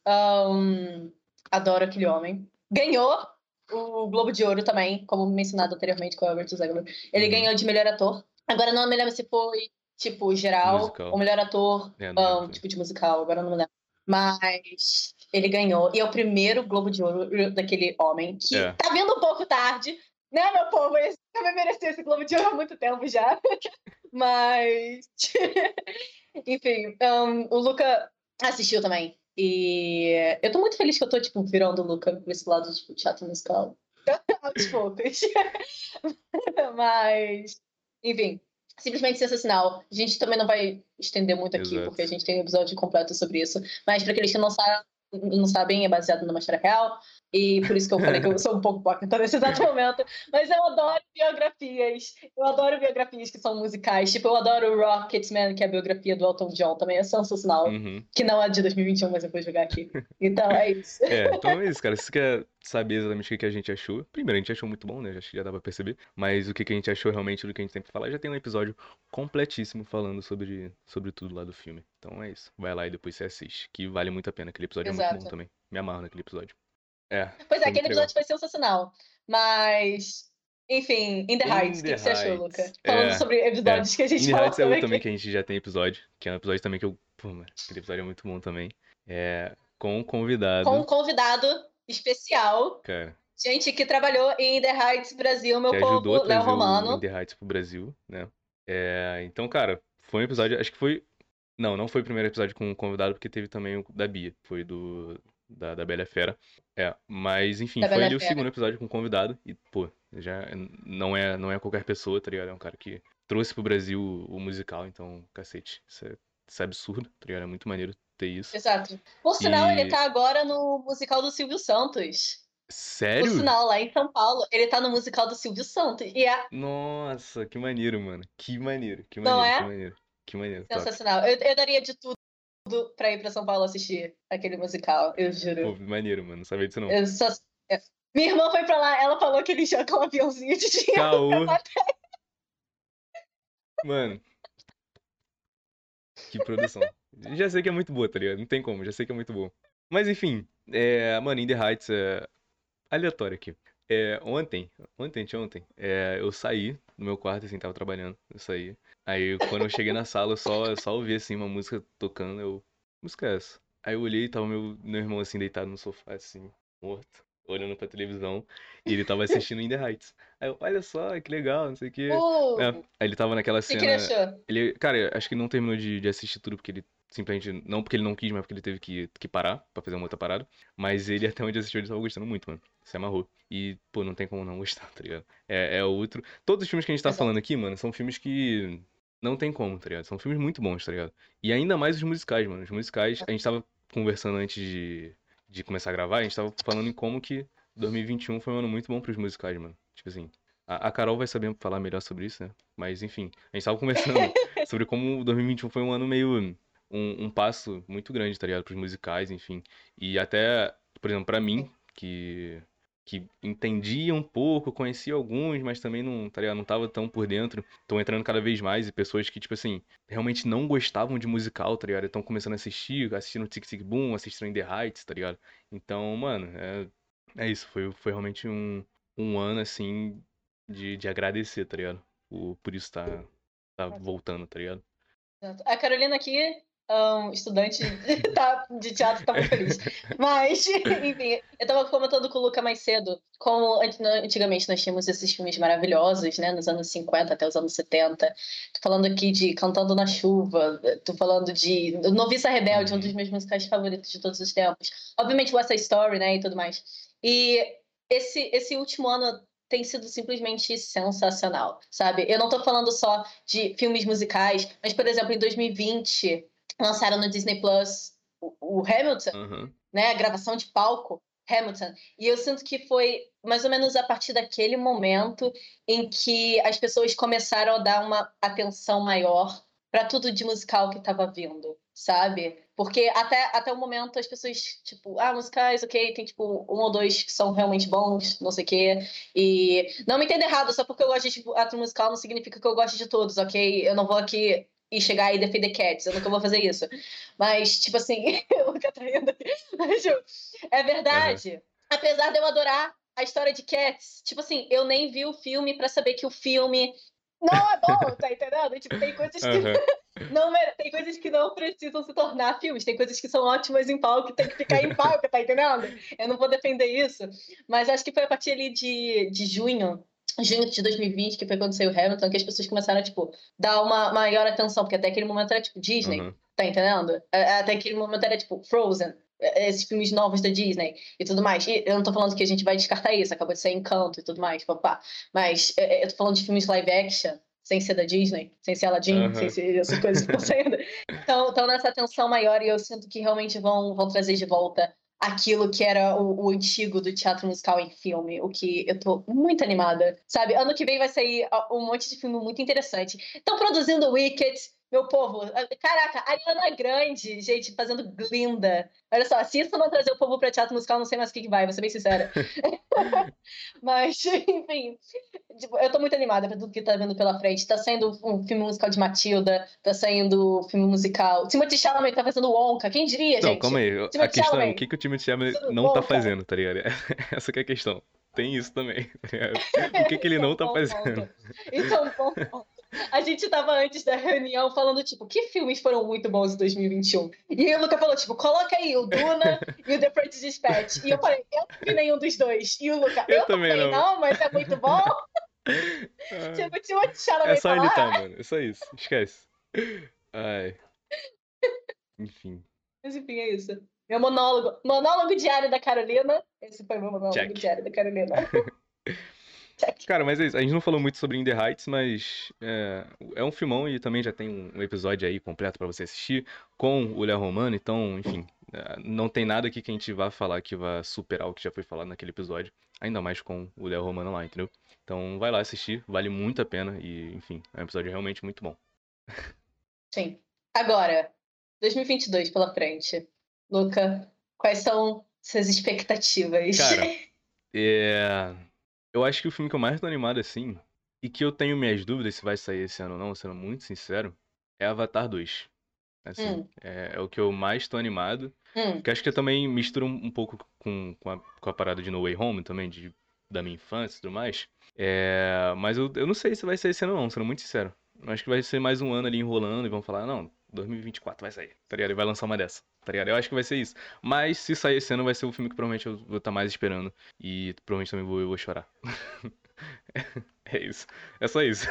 adoro aquele homem. Ganhou o Globo de Ouro também, como mencionado anteriormente com o Albert Zegler. Ele Uhum. ganhou de melhor ator. Agora não me lembro se foi, tipo, geral, ou Musical. melhor ator, Não lembro também. tipo, de musical, agora não me lembro. Mas ele ganhou. E é o primeiro Globo de Ouro daquele homem que É. tá vindo um pouco tarde, né, meu povo? Esse também mereceu esse Globo de Ouro há muito tempo já. Mas. Enfim, o Luca assistiu também. E eu tô muito feliz que eu tô, tipo, virando o Luca pra esse lado, tipo, teatro musical. Aos poucos. Mas, enfim. simplesmente sensacional. A gente também não vai estender muito aqui, porque a gente tem um episódio completo sobre isso. Mas para aqueles que não sabem, é baseado numa história real. E por isso que eu falei que eu sou um pouco hipócrita nesse exato momento. Mas eu adoro biografias. Eu adoro biografias que são musicais. Tipo, eu adoro Rocketman, que é a biografia do Elton John. Também é sensacional. Que não é de 2021, mas eu vou jogar aqui. Então, é isso. Então é isso, cara. Se você quer saber exatamente o que a gente achou, primeiro, a gente achou muito bom, né? Acho que já dá pra perceber. Mas o que a gente achou realmente do que a gente tem pra falar, já tem um episódio completíssimo falando sobre tudo lá do filme. Então é isso. Vai lá e depois você assiste, que vale muito a pena. Aquele episódio é muito bom também. Me amarro naquele episódio. Pois é, aquele episódio foi sensacional. Mas, enfim, In The Heights, o que você achou, Luca? Falando sobre episódios que a gente falou. In The Heights é outro também que a gente já tem episódio, que é um episódio também que eu... Pô, mano, aquele episódio é muito bom também. Com um convidado. Com um convidado especial. Cara. Gente que trabalhou em In The Heights Brasil, meu povo, Léo Romano. In The Heights pro Brasil, né? Então, cara, foi um episódio... Acho que foi... Não foi o primeiro episódio com um convidado, porque teve também o da Bia. Foi da Bela Fera. Mas enfim, foi ali o segundo episódio com convidado. E, pô, já não é qualquer pessoa, tá ligado? É um cara que trouxe pro Brasil o musical, então, cacete. Isso é absurdo, tá ligado? É muito maneiro ter isso. Exato. Por sinal, ele tá agora no musical do Silvio Santos. Sério? Por sinal, lá em São Paulo, ele tá no musical do Silvio Santos. Nossa, que maneiro, mano. Que maneiro, Não é? Que maneiro. Sensacional. Eu daria de tudo pra ir pra São Paulo assistir aquele musical, eu juro. Pô, maneiro, mano. Não sabia disso, não. Minha irmã foi pra lá, ela falou que eles jogam um aviãozinho de dinheiro. Caô. Mano. Que produção. Já sei que é muito boa, tá ligado? Não tem como, já sei que é muito boa. Mas enfim, mano, In The Heights é aleatório aqui. Ontem, eu saí do meu quarto, assim, tava trabalhando, eu saí. Aí quando eu cheguei na sala, eu só ouvi, assim, uma música tocando, música é essa? Aí eu olhei e tava meu irmão, assim, deitado no sofá, assim, morto, olhando pra televisão, e ele tava assistindo In The Heights. Aí eu, olha só, que legal, não sei o quê. Aí ele tava naquela cena... O que ele achou? Cara, acho que ele não terminou de assistir tudo, porque ele simplesmente... Não porque ele não quis, mas porque ele teve que parar pra fazer uma outra parada. Mas ele, até onde assistiu, ele tava gostando muito, mano. Se amarrou. E, pô, não tem como não gostar, tá ligado? É outro... Todos os filmes que a gente tá falando aqui, mano, são filmes que... Não tem como, tá ligado? São filmes muito bons, tá ligado? E ainda mais os musicais, mano. Os musicais, a gente tava conversando antes de começar a gravar, a gente tava falando em como que 2021 foi um ano muito bom pros musicais, mano. Tipo assim, a Carol vai saber falar melhor sobre isso, né? Mas enfim, a gente tava conversando sobre como 2021 foi um ano meio... Um passo muito grande, tá ligado? Pros musicais, enfim. E até, por exemplo, pra mim, que entendia um pouco, conhecia alguns, mas também não, tá ligado? Não tava tão por dentro. Estão entrando cada vez mais e pessoas que, tipo assim, realmente não gostavam de musical, tá ligado? Estão começando a assistindo Tic Tic Boom, assistindo In The Heights, tá ligado? Então, mano, é isso. Foi realmente um ano, assim, de agradecer, tá ligado? Por isso tá voltando, tá ligado? A Carolina aqui, estudante de teatro, tá muito feliz. Mas, enfim, eu tava comentando com o Luca mais cedo, como antigamente nós tínhamos esses filmes maravilhosos, né, nos anos 50 até os anos 70. Tô falando aqui de Cantando na Chuva, tô falando de Noviça Rebelde, um dos meus musicais favoritos de todos os tempos. Obviamente West Side Story, né, e tudo mais. E esse último ano tem sido simplesmente sensacional, sabe? Eu não tô falando só de filmes musicais, mas, por exemplo, em 2020, lançaram no Disney Plus o Hamilton, né? A gravação de palco, Hamilton. E eu sinto que foi mais ou menos a partir daquele momento em que as pessoas começaram a dar uma atenção maior para tudo de musical que estava vindo, sabe? Porque até o momento as pessoas, tipo, musicais, ok, tem tipo um ou dois que são realmente bons, não sei o quê. E não me entenda errado, só porque eu gosto de teatro musical não significa que eu gosto de todos, ok? Eu não vou aqui e chegar e defender Cats, eu nunca vou fazer isso. Mas, tipo assim, eu nunca tô indo aqui. É verdade. Apesar de eu adorar a história de Cats, tipo assim, eu nem vi o filme pra saber que o filme não é bom, tá entendendo? Tipo, tem coisas que tem coisas que não precisam se tornar filmes, tem coisas que são ótimas em palco, que tem que ficar em palco, tá entendendo? Eu não vou defender isso, mas acho que foi a partir ali de junho de 2020, que foi quando saiu Hamilton, que as pessoas começaram a, tipo, dar uma maior atenção, porque até aquele momento era, tipo, Disney, tá entendendo? Até aquele momento era, tipo, Frozen, esses filmes novos da Disney e tudo mais. E eu não tô falando que a gente vai descartar isso, acabou de sair Encanto e tudo mais, papá. Mas eu tô falando de filmes live action, sem ser da Disney, sem ser Aladdin, sem ser essas coisas que estão saindo. Então nessa tensão maior, e eu sinto que realmente vão trazer de volta aquilo que era o antigo do teatro musical em filme, o que eu tô muito animada, sabe? Ano que vem vai sair um monte de filme muito interessante. Estão produzindo Wicked, meu povo. Caraca, Ariana Grande, gente, fazendo Glinda. Olha só, se isso não trazer o povo pra teatro musical, não sei mais o que vai, vou ser bem sincera. Mas, enfim, tipo, eu tô muito animada pra tudo que tá vindo pela frente. Tá saindo um filme musical de Matilda, tá saindo filme musical. Timothée Chalamet tá fazendo Wonka, quem diria, Não, gente? calma aí. A Timothée questão é o Chalamet que o Timothée Chalamet fazendo não tá Wonka. fazendo, tá ligado? Essa que é a questão. Tem isso também, tá ligado? O que ele não tá fazendo? Então, bom ponto. A gente tava antes da reunião falando, tipo, que filmes foram muito bons em 2021? E aí o Luca falou, tipo, coloca aí o Duna e o The French Dispatch. E eu falei, eu não vi nenhum dos dois. E o Luca, eu também não, mas é muito bom. Tipo, Timothée Chalamet É só ele tá, tá, mano. É só isso. Esquece. Ai. Enfim. Mas enfim, é isso. Meu monólogo. Monólogo diário da Carolina. Esse foi meu monólogo diário da Carolina. Check. Cara, mas é isso. A gente não falou muito sobre In the Heights, mas é um filmão e também já tem um episódio aí completo pra você assistir com o Léo Romano. Então, enfim, não tem nada aqui que a gente vá falar que vá superar o que já foi falado naquele episódio. Ainda mais com o Léo Romano lá, entendeu? Então vai lá assistir, vale muito a pena e, enfim, é um episódio realmente muito bom. Sim. Agora, 2022 pela frente. Luca, quais são suas expectativas? Cara, eu acho que o filme que eu mais tô animado, assim, e que eu tenho minhas dúvidas se vai sair esse ano ou não, sendo muito sincero, é Avatar 2. Assim, é o que eu mais tô animado. Porque acho que eu também misturo um pouco com a parada de No Way Home também, da minha infância e tudo mais. Mas eu não sei se vai sair esse ano ou não, sendo muito sincero. Eu acho que vai ser mais um ano ali enrolando e vão falar, não, 2024 vai sair, tá ligado? E vai lançar uma dessa, tá ligado? Eu acho que vai ser isso. Mas se sair esse ano vai ser o filme que provavelmente eu vou estar mais esperando. E provavelmente também eu vou chorar. É isso. É só isso.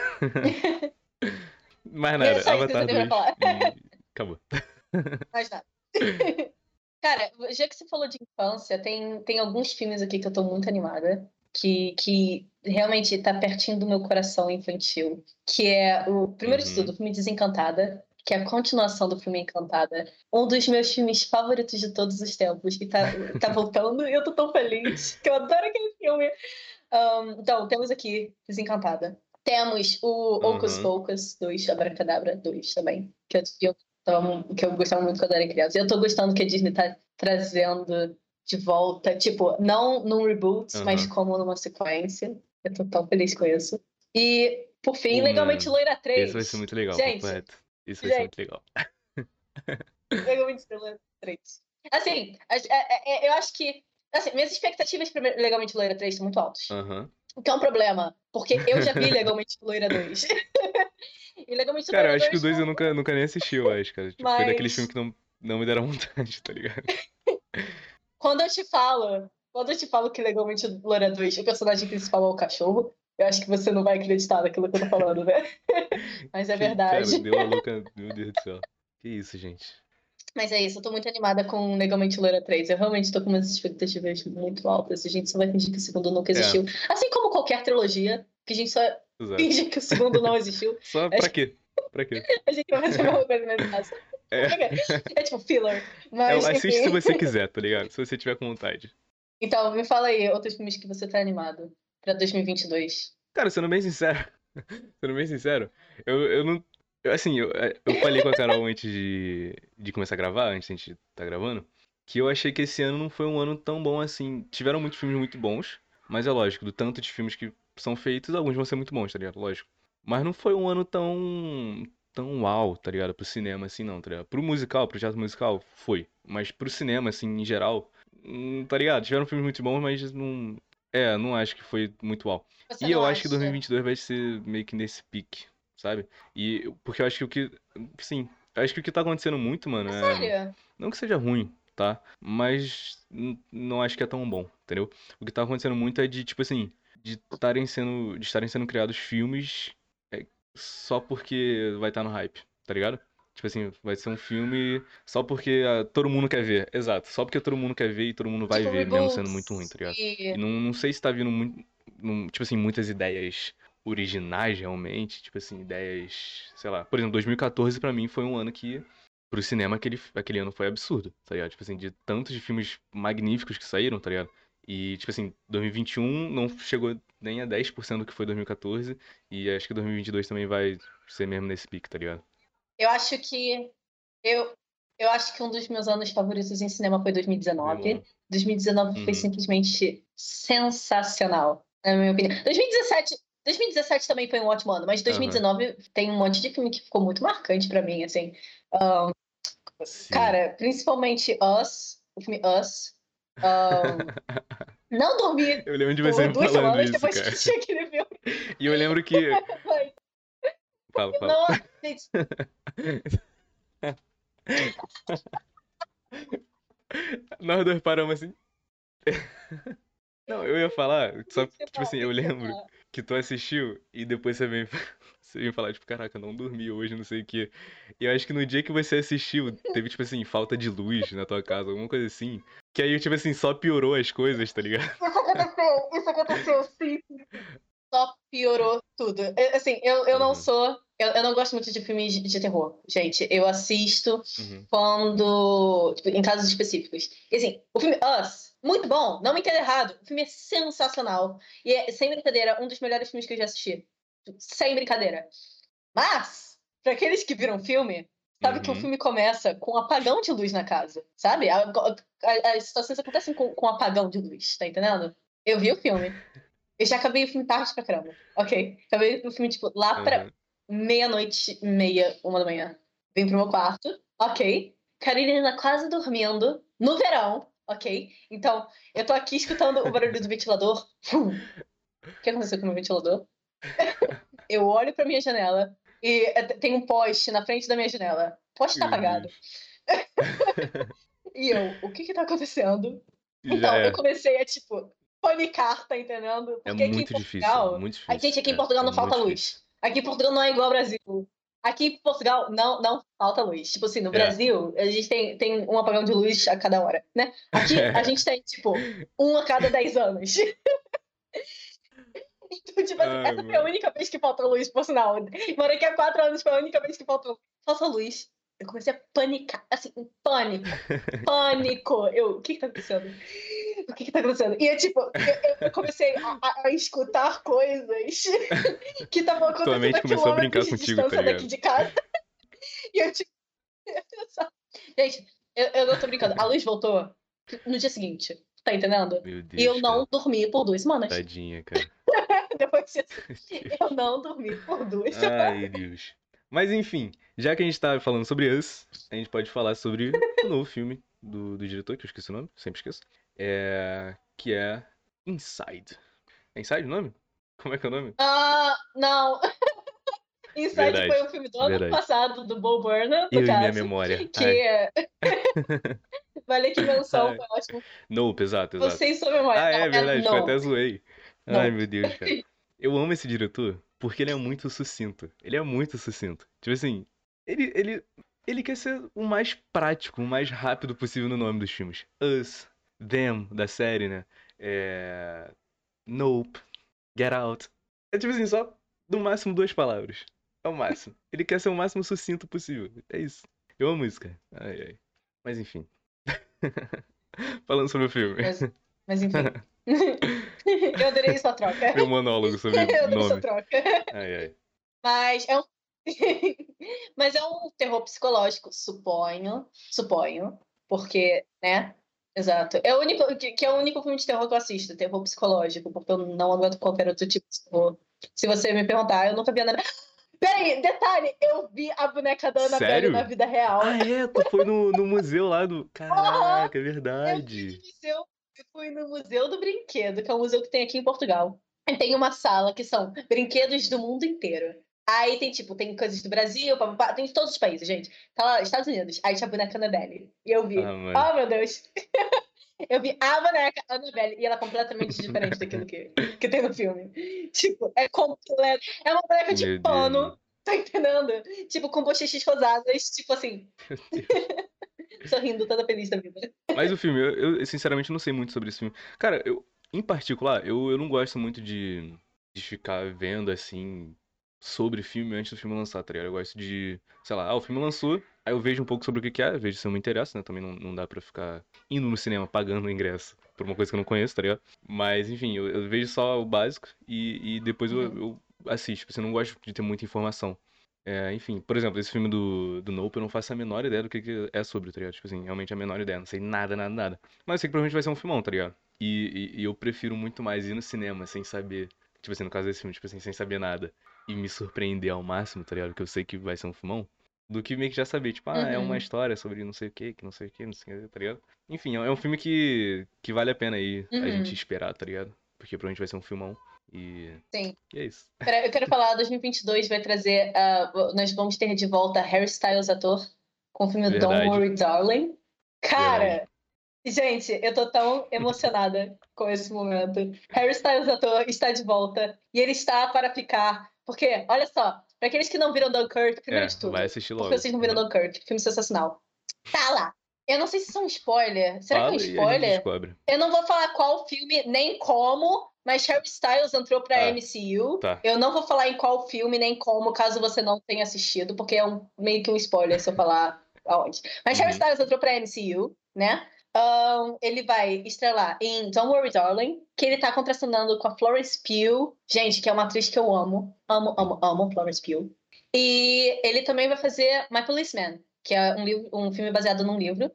Mais nada, Avatar 2 e acabou. Mais nada. Cara, já que você falou de infância, tem alguns filmes aqui que eu tô muito animada, que realmente tá pertinho do meu coração infantil, que é o primeiro de tudo, o filme Desencantada, que é a continuação do filme Encantada, um dos meus filmes favoritos de todos os tempos, e tá voltando, e eu tô tão feliz, que eu adoro aquele filme. Então, temos aqui Desencantada. Temos o Hocus Pocus 2, Abracadabra 2 também, que eu gostava muito quando era criança. E eu tô gostando que a Disney tá trazendo de volta, tipo, não num reboot, mas como numa sequência. Eu tô tão feliz com isso. E, por fim, Legalmente Loira 3. Esse vai ser muito legal, gente, correto. Isso vai ser muito legal. Legalmente Loira 3. Assim, eu acho que... Assim, minhas expectativas para Legalmente Loira 3 são muito altas. O que é um problema, porque eu já vi Legalmente Loira 2. E Legalmente Cara, Loira eu acho que o 2 foi... eu nunca nem assisti, eu acho, cara. Tipo, foi daquele filme que não me deram vontade, tá ligado? Quando eu te falo que Legalmente Loira 2, o personagem principal é o cachorro, eu acho que você não vai acreditar naquilo que eu tô falando, né? Mas é verdade. Cara, deu a louca, meu Deus do céu. Que isso, gente. Mas é isso, eu tô muito animada com Legalmente Loira 3. Eu realmente tô com umas expectativas muito altas. A gente só vai fingir que o segundo nunca existiu. Assim como qualquer trilogia, que a gente só finge que o segundo não existiu. Só pra quê? Pra quê? A gente vai fazer a mesma coisa nesse caso. É tipo filler. Mas, assiste se você quiser, tá ligado? Se você tiver com vontade. Então, me fala aí, outros filmes que você tá animado pra 2022. Cara, sendo bem sincero, eu não... Assim, eu falei com a Carol antes de começar a gravar, antes de a gente tá gravando, que eu achei que esse ano não foi um ano tão bom assim. Tiveram muitos filmes muito bons, mas é lógico, do tanto de filmes que são feitos, alguns vão ser muito bons, tá ligado? Lógico. Mas não foi um ano tão uau, tá ligado? Pro cinema, assim, não, tá ligado? Pro musical, pro teatro musical, foi. Mas pro cinema, assim, em geral, tá ligado? Tiveram filmes muito bons, mas não... não acho que foi muito uau. Você E eu não acho que acha? 2022 vai ser meio que nesse pique, sabe? Porque eu acho que sim, eu acho que o que tá acontecendo muito, mano, Sério? não que seja ruim, tá? Mas não acho que é tão bom, entendeu? O que tá acontecendo muito é de, tipo assim, de estarem sendo criados filmes só porque vai estar no hype, tá ligado? Tipo assim, vai ser um filme só porque todo mundo quer ver. Exato, só porque todo mundo quer ver e todo mundo vai Tipo, ver, mesmo sendo muito ruim, reboots tá ligado? e... E não sei se tá vindo muito, tipo assim, muitas ideias originais realmente, tipo assim, ideias, sei lá. Por exemplo, 2014 pra mim foi um ano que, pro cinema, aquele ano foi absurdo, tá ligado? Tipo assim, de tantos de filmes magníficos que saíram, tá ligado? E, tipo assim, 2021 não chegou nem a 10% do que foi 2014, e acho que 2022 também vai ser mesmo nesse pique, tá ligado? Eu acho que eu, eu acho que um dos meus anos favoritos em cinema foi 2019. 2019 foi Uhum. simplesmente sensacional, na minha opinião. 2017 também foi um ótimo ano, mas Aham. 2019 tem um monte de filme que ficou muito marcante pra mim, assim. Sim. Cara, principalmente Us, o filme Us. Um, não dormi Eu lembro de você por me duas falando semanas isso, depois que cara. assisti aquele filme. E eu lembro que. Mas, Fala, fala. não, gente, Nós dois paramos assim. Não, eu ia falar, só, tipo assim, eu tem que ser lembro que tu assistiu e depois você vem, você vem falar, tipo, caraca, eu não dormi hoje, não sei o quê. E eu acho que no dia que você assistiu, teve, tipo assim, falta de luz na tua casa, alguma coisa assim. Que aí, tipo assim, só piorou as coisas, tá ligado? Isso aconteceu, sim. Só piorou tudo. Assim, eu não Aham. sou. Eu não gosto muito de filmes de terror, gente. Eu assisto Uhum. quando. Tipo, em casos específicos. E assim, o filme Us, muito bom, não me entenda errado. O filme é sensacional. E é, sem brincadeira, um dos melhores filmes que eu já assisti. Sem brincadeira. Mas, para aqueles que viram o filme, sabe que o Uhum. filme começa com um apagão de luz na casa, sabe? As situações acontecem com um apagão de luz, tá entendendo? Eu vi o filme. Eu já acabei o filme tarde pra caramba. Ok. Acabei o filme, tipo, lá pra Aham. meia-noite e meia, 1 da manhã. Vim pro meu quarto. Ok. Karina quase dormindo. No verão. Ok. Então, eu tô aqui escutando o barulho do ventilador. O que aconteceu com o meu ventilador? Eu olho pra minha janela e tem um poste na frente da minha janela. O poste tá Meu apagado. Deus. E eu, o que que tá acontecendo? Já Então, eu é. comecei a, tipo, panicar, tá entendendo? É Porque aqui em muito difícil, Portugal. muito Gente, difícil. aqui em Portugal É não falta muito difícil. luz. Aqui em Portugal não é igual ao Brasil. Aqui em Portugal não falta luz. Tipo assim, no É. Brasil, a gente tem um apagão de luz a cada hora, né? Aqui a gente tem, tipo, um a cada 10 anos. Então, tipo assim, Ai, essa foi a mano. única vez que faltou luz, por sinal. Morei aqui há 4 anos, foi a única vez que faltou luz. Eu comecei a panicar, assim, um pânico. Pânico! O que que tá acontecendo? O que que tá acontecendo? E eu, tipo, eu comecei a escutar coisas que estavam Tua acontecendo mente a começou a brincar quilômetros de contigo, tá distância daqui ligado? de casa. E eu, tipo, gente, eu não tô brincando. A luz voltou no dia seguinte, tá entendendo? Meu E eu Deus, não cara. dormi por 2 semanas. Tadinha, cara. Depois disso, Meu Deus. eu não dormi por 2 semanas. Ai, Deus. Mas enfim, já que a gente tá falando sobre Us, a gente pode falar sobre o novo filme do diretor, que eu esqueci o nome, sempre esqueço. Que é Inside. É Inside o nome? Como é que é o nome? Ah, não. Inside foi Verdade, um filme do ano verdade. passado, do Bo Burnham, no Eu e minha caso, memória. Ai. que vale aqui menção, Ai. foi ótimo. Nope, exato, exato. Você e sua memória. Ah, Não, é é verdade, que eu até Nope. zoei. Ai, Nope. meu Deus, cara. Eu amo esse diretor porque ele é muito sucinto. Ele é muito sucinto. Tipo assim, ele, ele, ele quer ser o mais prático, o mais rápido possível no nome dos filmes. Us, Them, da série, né? Nope, Get Out. É tipo assim, só no máximo 2 palavras. É o máximo. Ele quer ser o máximo sucinto possível. É isso. Eu amo isso, cara. Ai, ai. Mas enfim. Falando sobre o filme. Mas enfim. Eu adorei sua troca. Meu monólogo sobre Eu adorei sua nome. troca. Ai, ai. Mas é um. Mas é um terror psicológico, suponho, porque, né? Exato. É o único que é o único filme de terror que eu assisto, terror psicológico, porque eu não aguento qualquer outro tipo de terror. Se você me perguntar, eu nunca vi nada. Peraí, detalhe, eu vi a boneca da Annabelle na Sério? vida real. Ah, é? Tu foi no museu lá do. Aham, Caraca, é eu fui no verdade. museu, eu fui no Museu do Brinquedo, que é um museu que tem aqui em Portugal. E tem uma sala que são brinquedos do mundo inteiro. Aí tem, tipo, tem coisas do Brasil, papapá, tem de todos os países, gente. Tá lá, Estados Unidos. Aí tinha a boneca Annabelle. E eu Ah, vi. mano. Oh, meu Deus. Eu vi a boneca Annabelle e ela é completamente diferente daquilo que tem no filme. Tipo, é completo. É uma boneca de Meu Deus, mano. pano, tá entendendo? Tipo, com bochechas rosadas, tipo assim, Meu Deus. sorrindo, toda feliz da vida. Mas o filme, eu sinceramente não sei muito sobre esse filme. Cara, em particular, eu não gosto muito de. de ficar vendo, assim, sobre filme antes do filme lançar, tá ligado? Eu gosto de, sei lá, o filme lançou, aí eu vejo um pouco sobre o que que é, vejo se eu me interessa, né? Também não dá pra ficar indo no cinema pagando o ingresso por uma coisa que eu não conheço, tá ligado? Mas, enfim, eu vejo só o básico e depois Uhum. eu assisto, porque eu não gosto de ter muita informação. Enfim, por exemplo, esse filme do Nope, eu não faço a menor ideia do que é sobre, tá ligado? Tipo assim, realmente a menor ideia, não sei nada, nada, nada. Mas eu sei que provavelmente vai ser um filmão, tá ligado? E eu prefiro muito mais ir no cinema sem saber, tipo assim, no caso desse filme, tipo assim, sem saber nada. E me surpreender ao máximo, tá ligado? Que eu sei que vai ser um filmão. Do que meio que já saber, tipo, é uma Uhum. história sobre não sei o que não sei o que, não sei o que, tá ligado? Enfim, é um filme que vale a pena aí a gente Uhum. esperar, tá ligado? Porque provavelmente vai ser um filmão. Sim. E é isso. Eu quero falar, 2022 vai trazer, nós vamos ter de volta Harry Styles, ator, com o filme Don't Verdade, Worry, Darling. verdade. Cara, gente, eu tô tão emocionada com esse momento. Harry Styles, ator, está de volta e ele está para ficar. Porque, olha só, para aqueles que não viram Dunkirk, primeiro de Vai tudo, assistir porque logo. vocês não viram Uhum. Dunkirk, filme sensacional. Tá lá. Eu não sei se isso é um spoiler. Será que é um Fala e a gente spoiler? descobre. Eu não vou falar qual filme nem como, mas Harry Styles entrou pra Ah, MCU. tá. Eu não vou falar em qual filme nem como, caso você não tenha assistido, porque é meio que um spoiler se eu falar aonde. Mas Harry Uhum. Styles entrou pra MCU, né? Ele vai estrelar em Don't Worry, Darling, que ele tá contracenando com a Florence Pugh, gente, que é uma atriz que eu amo. Amo, Sim. amo, amo Florence Pugh. E ele também vai fazer My Policeman, que é um filme baseado num livro.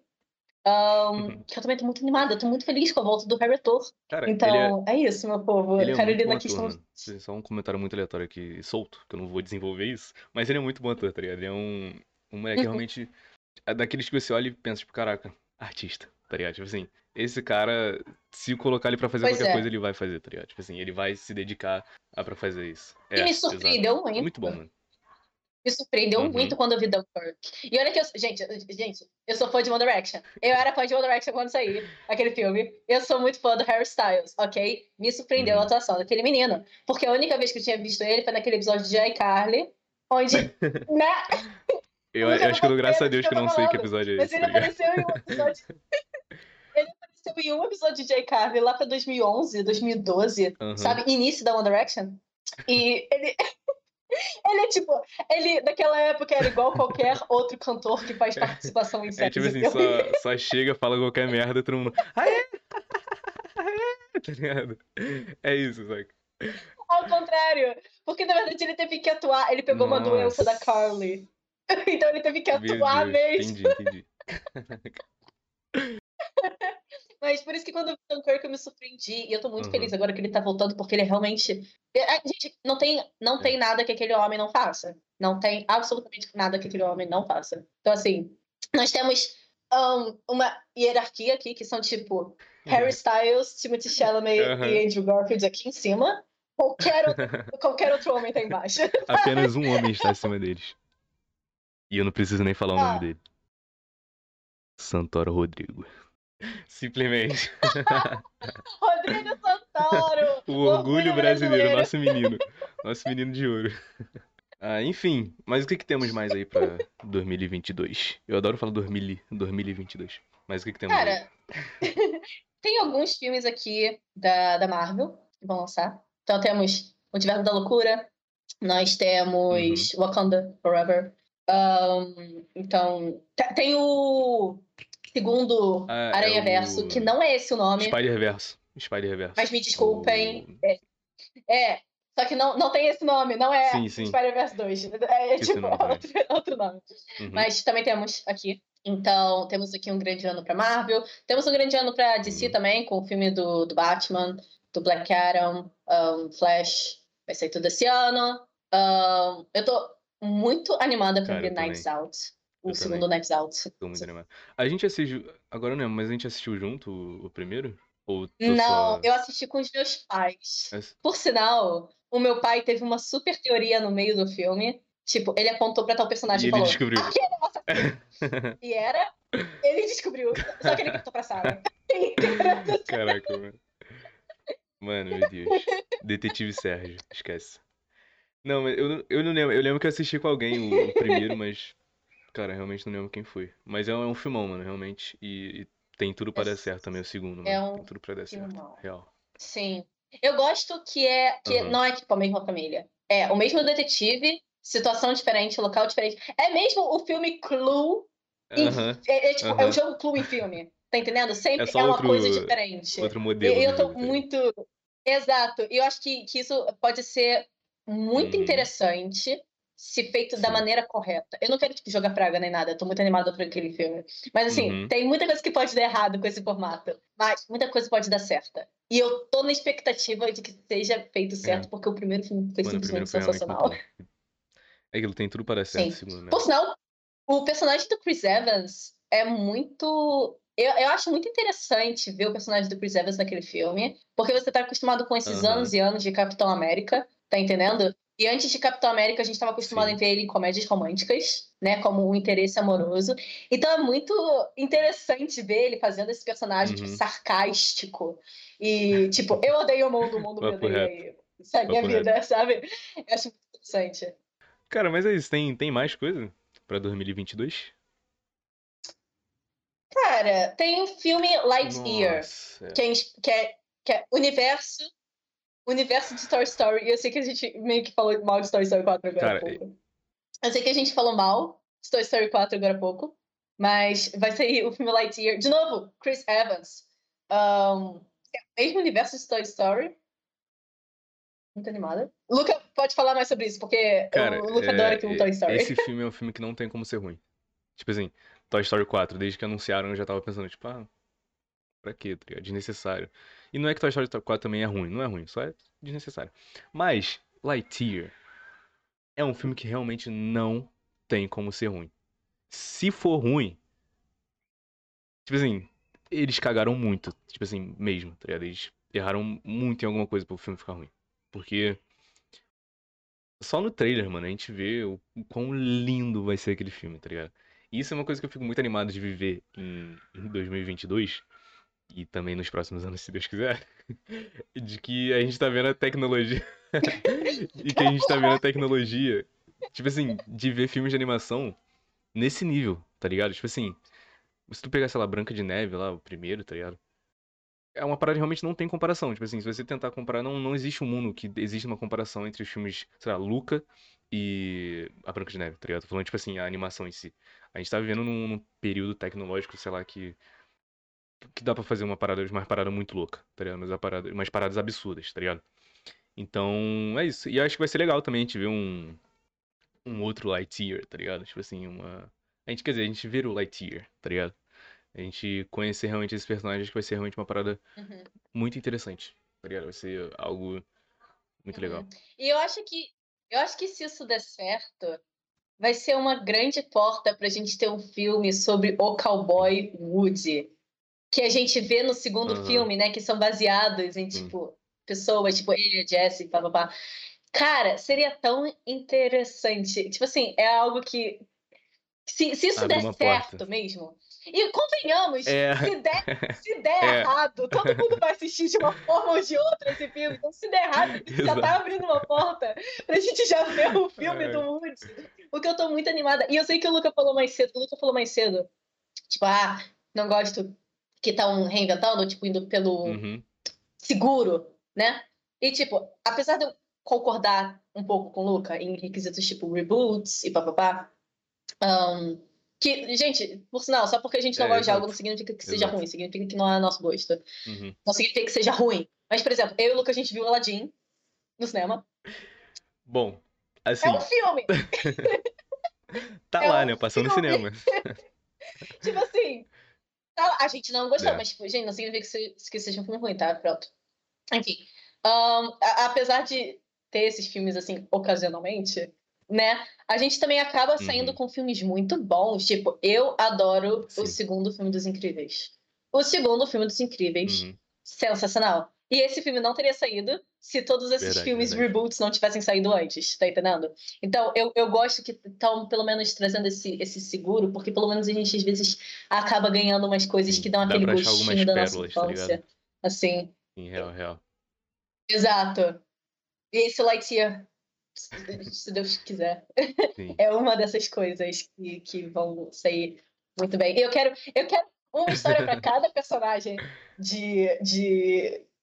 Que eu também tô muito animada, eu tô muito feliz com a volta do Harry Potter. Cara, Então, é isso, meu povo. ele é muito Carolina bom aqui ator, estamos. mano. Só um comentário muito aleatório aqui, solto, que eu não vou desenvolver isso. Mas ele é muito bom ator, tá ligado? Ele é um moleque que Uhum. realmente. É daqueles que você olha e pensa, tipo, caraca, artista, tá ligado? Tipo assim, esse cara, se colocar ele pra fazer Pois qualquer é. coisa, ele vai fazer, tá ligado? Tipo assim, ele vai se dedicar a pra fazer isso. E me Exato. surpreendeu muito. Muito bom, mano. Me surpreendeu muito Uhum. quando eu vi Dunkirk. E olha que eu. Gente, eu sou fã de One Direction. Eu era fã de One Direction quando saí aquele filme. Eu sou muito fã do Harry Styles, ok? Me surpreendeu a Uhum. atuação daquele menino. Porque a única vez que eu tinha visto ele foi naquele episódio de iCarly, onde. Né? Eu Eu já acho não que eu vou dou graças dizer a do Deus que que eu eu tô não sei que falando. episódio é Mas esse, tá ele ligado? apareceu em um episódio. Ele apareceu em um episódio de iCarly lá pra 2011, 2012, Aham. sabe? Início da One Direction. E ele é tipo, ele naquela época era igual qualquer outro cantor que faz participação em É tipo séries e assim, filmes. só chega, fala qualquer merda, todo mundo. Ah, é? Tá ligado? É isso, saca? Ao contrário, porque na verdade ele teve que atuar, ele pegou uma doença da Nossa. Carly. Então ele teve que Meu atuar Deus. mesmo. Entendi. Mas por isso que quando eu vi Dunkirk eu me surpreendi. E eu tô muito feliz Aham. agora que ele tá voltando, porque ele é realmente. Gente, não tem É. nada que aquele homem não faça. Não tem absolutamente nada que aquele homem não faça. Então, assim, nós temos uma hierarquia aqui, que são tipo Harry Styles, Timothée Chalamet Aham. e Andrew Garfield aqui em cima. Qualquer outro homem tá embaixo. Apenas um homem está acima deles. E eu não preciso nem falar o nome Ah, dele. Santoro Rodrigo. Simplesmente. Rodrigo Santoro, O o orgulho orgulho brasileiro, brasileiro. nosso menino. Nosso menino de ouro. Enfim, mas o que temos mais aí pra 2022? Eu adoro falar 2022. Mas o que temos aí? Cara, tem alguns filmes aqui da Marvel que vão lançar. Então temos Multiverso da Loucura, nós Uhum. temos Wakanda Forever. Então, tem o segundo É Aranha-Verso, que o não é esse o nome, Spider-Verse. mas Spider-Verse. me O... desculpem. Só que não tem esse nome, não é Sim. Spider-Verse 2. É Esqueci o tipo, nome é também. outro nome. Uhum. Mas também temos aqui. Então, temos aqui um grande ano para Marvel. Temos um grande ano para DC Sim. também, com o filme do Batman, do Black Adam, Flash. Vai sair tudo esse ano. Eu tô muito animada para Cara, ver eu também. Knives Out. O Eu também. segundo Knives Out. Tô muito animado. A gente assistiu. Agora eu não lembro, mas a gente assistiu junto o primeiro? Ou tô Não, só. eu assisti com os meus pais. Ass- Por sinal, o meu pai teve uma super teoria no meio do filme. Tipo, ele apontou pra tal E personagem e ele falou: descobriu. Aquele é o assassino. E era, ele descobriu. Só que ele gritou pra Sarah. Caraca, mano. Mano, meu Deus. Detetive Sérgio, esquece. Não, mas eu não lembro. Eu lembro que eu assisti com alguém o primeiro, mas. Cara, realmente não lembro quem foi. Mas é um filmão, mano, realmente. E tem tudo pra dar certo também o segundo, É mano. Tem um tudo pra dar certo. filmão. Real. Sim. Eu gosto que não é tipo a mesma família. É o mesmo detetive, situação diferente, local diferente. É mesmo o filme Clue. É o jogo Clue em filme. Tá entendendo? É Sempre só é uma coisa diferente. outro E modelo eu do tô jogo, tá ligado? muito. Exato. E eu acho que isso pode ser muito Uhum, interessante se feito da sim. maneira correta. Eu não quero, tipo, jogar praga nem nada. Eu tô muito animada por aquele filme. Mas, assim, Uhum, tem muita coisa que pode dar errado com esse formato. Mas muita coisa pode dar certa. E eu tô na expectativa de que seja feito é. certo, porque o primeiro filme foi Mano, o primeiro simplesmente foi realmente muito sensacional. bom. É aquilo, tem tudo para dar certo, o Sim. segundo Por mesmo. sinal, o personagem do Chris Evans é muito. Eu acho muito interessante ver o personagem do Chris Evans naquele filme, porque você tá acostumado com esses anos Aham, e anos de Capitão América, tá entendendo? E antes de Capitão América, a gente estava acostumado em sim. ver ele em comédias românticas, né? Como um interesse amoroso. Então é muito interessante ver ele fazendo esse personagem, tipo, Uhum. sarcástico. E, tipo, eu odeio o mundo me Papo odeia. reto, E isso é a minha papo reto. vida, sabe? Eu acho muito interessante. Cara, mas é isso, tem mais coisa pra 2022? Cara, tem o filme Lightyear, Nossa, que é, que é universo de Toy Story. E eu sei que a gente meio que falou mal de Toy Story 4 agora há cara, pouco. Eu sei que a gente falou mal de Toy Story 4 agora há pouco. Mas vai sair o filme Lightyear. De novo, Chris Evans. Mesmo universo de Toy Story. Muito animada. Luca pode falar mais sobre isso, porque cara, o Luca adora aquilo Toy esse Story. filme é um filme que não tem como ser ruim. Tipo assim, Toy Story 4, desde que anunciaram eu já tava pensando, tipo, pra quê, tá ligado? Desnecessário. E não é que Toy Story 4 também é ruim, não é ruim, só é desnecessário. Mas, Lightyear é um filme que realmente não tem como ser ruim. Se for ruim, tipo assim, eles cagaram muito, tipo assim, mesmo, tá ligado? Eles erraram muito em alguma coisa pro filme ficar ruim. Porque só no trailer, mano, a gente vê o quão lindo vai ser aquele filme, tá ligado? E isso é uma coisa que eu fico muito animado de viver em 2022 e também nos próximos anos, se Deus quiser, de que a gente tá vendo a tecnologia e que a gente tá vendo a tecnologia, tipo assim, de ver filmes de animação nesse nível, tá ligado? Tipo assim, se tu pegar, sei lá, Branca de Neve lá, o primeiro, tá ligado? É uma parada que realmente não tem comparação. Tipo assim, se você tentar comparar, não existe um mundo que existe uma comparação entre os filmes, sei lá, Luca e a Branca de Neve, tá ligado? Tô falando, tipo assim, a animação em si. A gente tá vivendo num período tecnológico, sei lá, que dá pra fazer umas paradas muito louca, tá ligado? Umas paradas absurdas, tá ligado? Então, é isso. E eu acho que vai ser legal também a gente ver um outro Lightyear, tá ligado? Tipo assim, quer dizer, a gente ver o Lightyear, tá ligado? A gente conhecer realmente esses personagens que vai ser realmente uma parada Uhum, muito interessante, tá ligado? Vai ser algo muito legal. uhum. E eu acho que se isso der certo, vai ser uma grande porta para a gente ter um filme sobre o Sim. cowboy Woody, que a gente vê no segundo Aham, filme, né? Que são baseados em, sim. tipo, pessoas, tipo ele, a Jessie, papapá. Cara, seria tão interessante. Tipo assim, é algo que. Se isso Abre der uma porta. certo mesmo. E convenhamos, É. se der É. errado, todo mundo vai assistir de uma forma ou de outra esse filme. Então, se der errado, já tá Exato. abrindo uma porta pra gente já ver o filme do Ai. Woody. Porque eu tô muito animada. E eu sei que o Luca falou mais cedo. O Luca falou mais cedo. Tipo, não gosto que estão reinventando, tipo, indo pelo Uhum. seguro, né? E, tipo, apesar de eu concordar um pouco com o Luca em requisitos tipo reboots e papapá, que, gente, por sinal, só porque a gente não É, gosta de algo não exato. significa que seja Exato. ruim, significa que não é nosso gosto. Uhum. Não significa que seja ruim. Mas, por exemplo, eu e o Luca, a gente viu Aladdin no cinema. Bom, É um assim, filme! tá É lá, um né? Passando no filme! cinema. Tipo assim, a gente não gostou, É. mas, tipo, gente, não significa que seja um filme ruim, tá? Pronto. Enfim, apesar de ter esses filmes assim ocasionalmente, né? A gente também acaba saindo Uhum. com filmes muito bons. Tipo, eu adoro o Sim. segundo filme dos Incríveis. O segundo filme dos Incríveis, Uhum. sensacional. E esse filme não teria saído se todos esses Verdade, filmes verdade. reboots não tivessem saído antes, tá entendendo? Então, eu gosto que estão pelo menos trazendo esse seguro, porque pelo menos a gente às vezes acaba ganhando umas coisas Sim. que dão Dá aquele pra achar algumas gostinho da nossa pérolas, tá ligado? infância. Assim, Em real, real. exato. E esse Lightyear, se Deus quiser, Sim. é uma dessas coisas que vão sair muito bem. E eu quero uma história para cada personagem de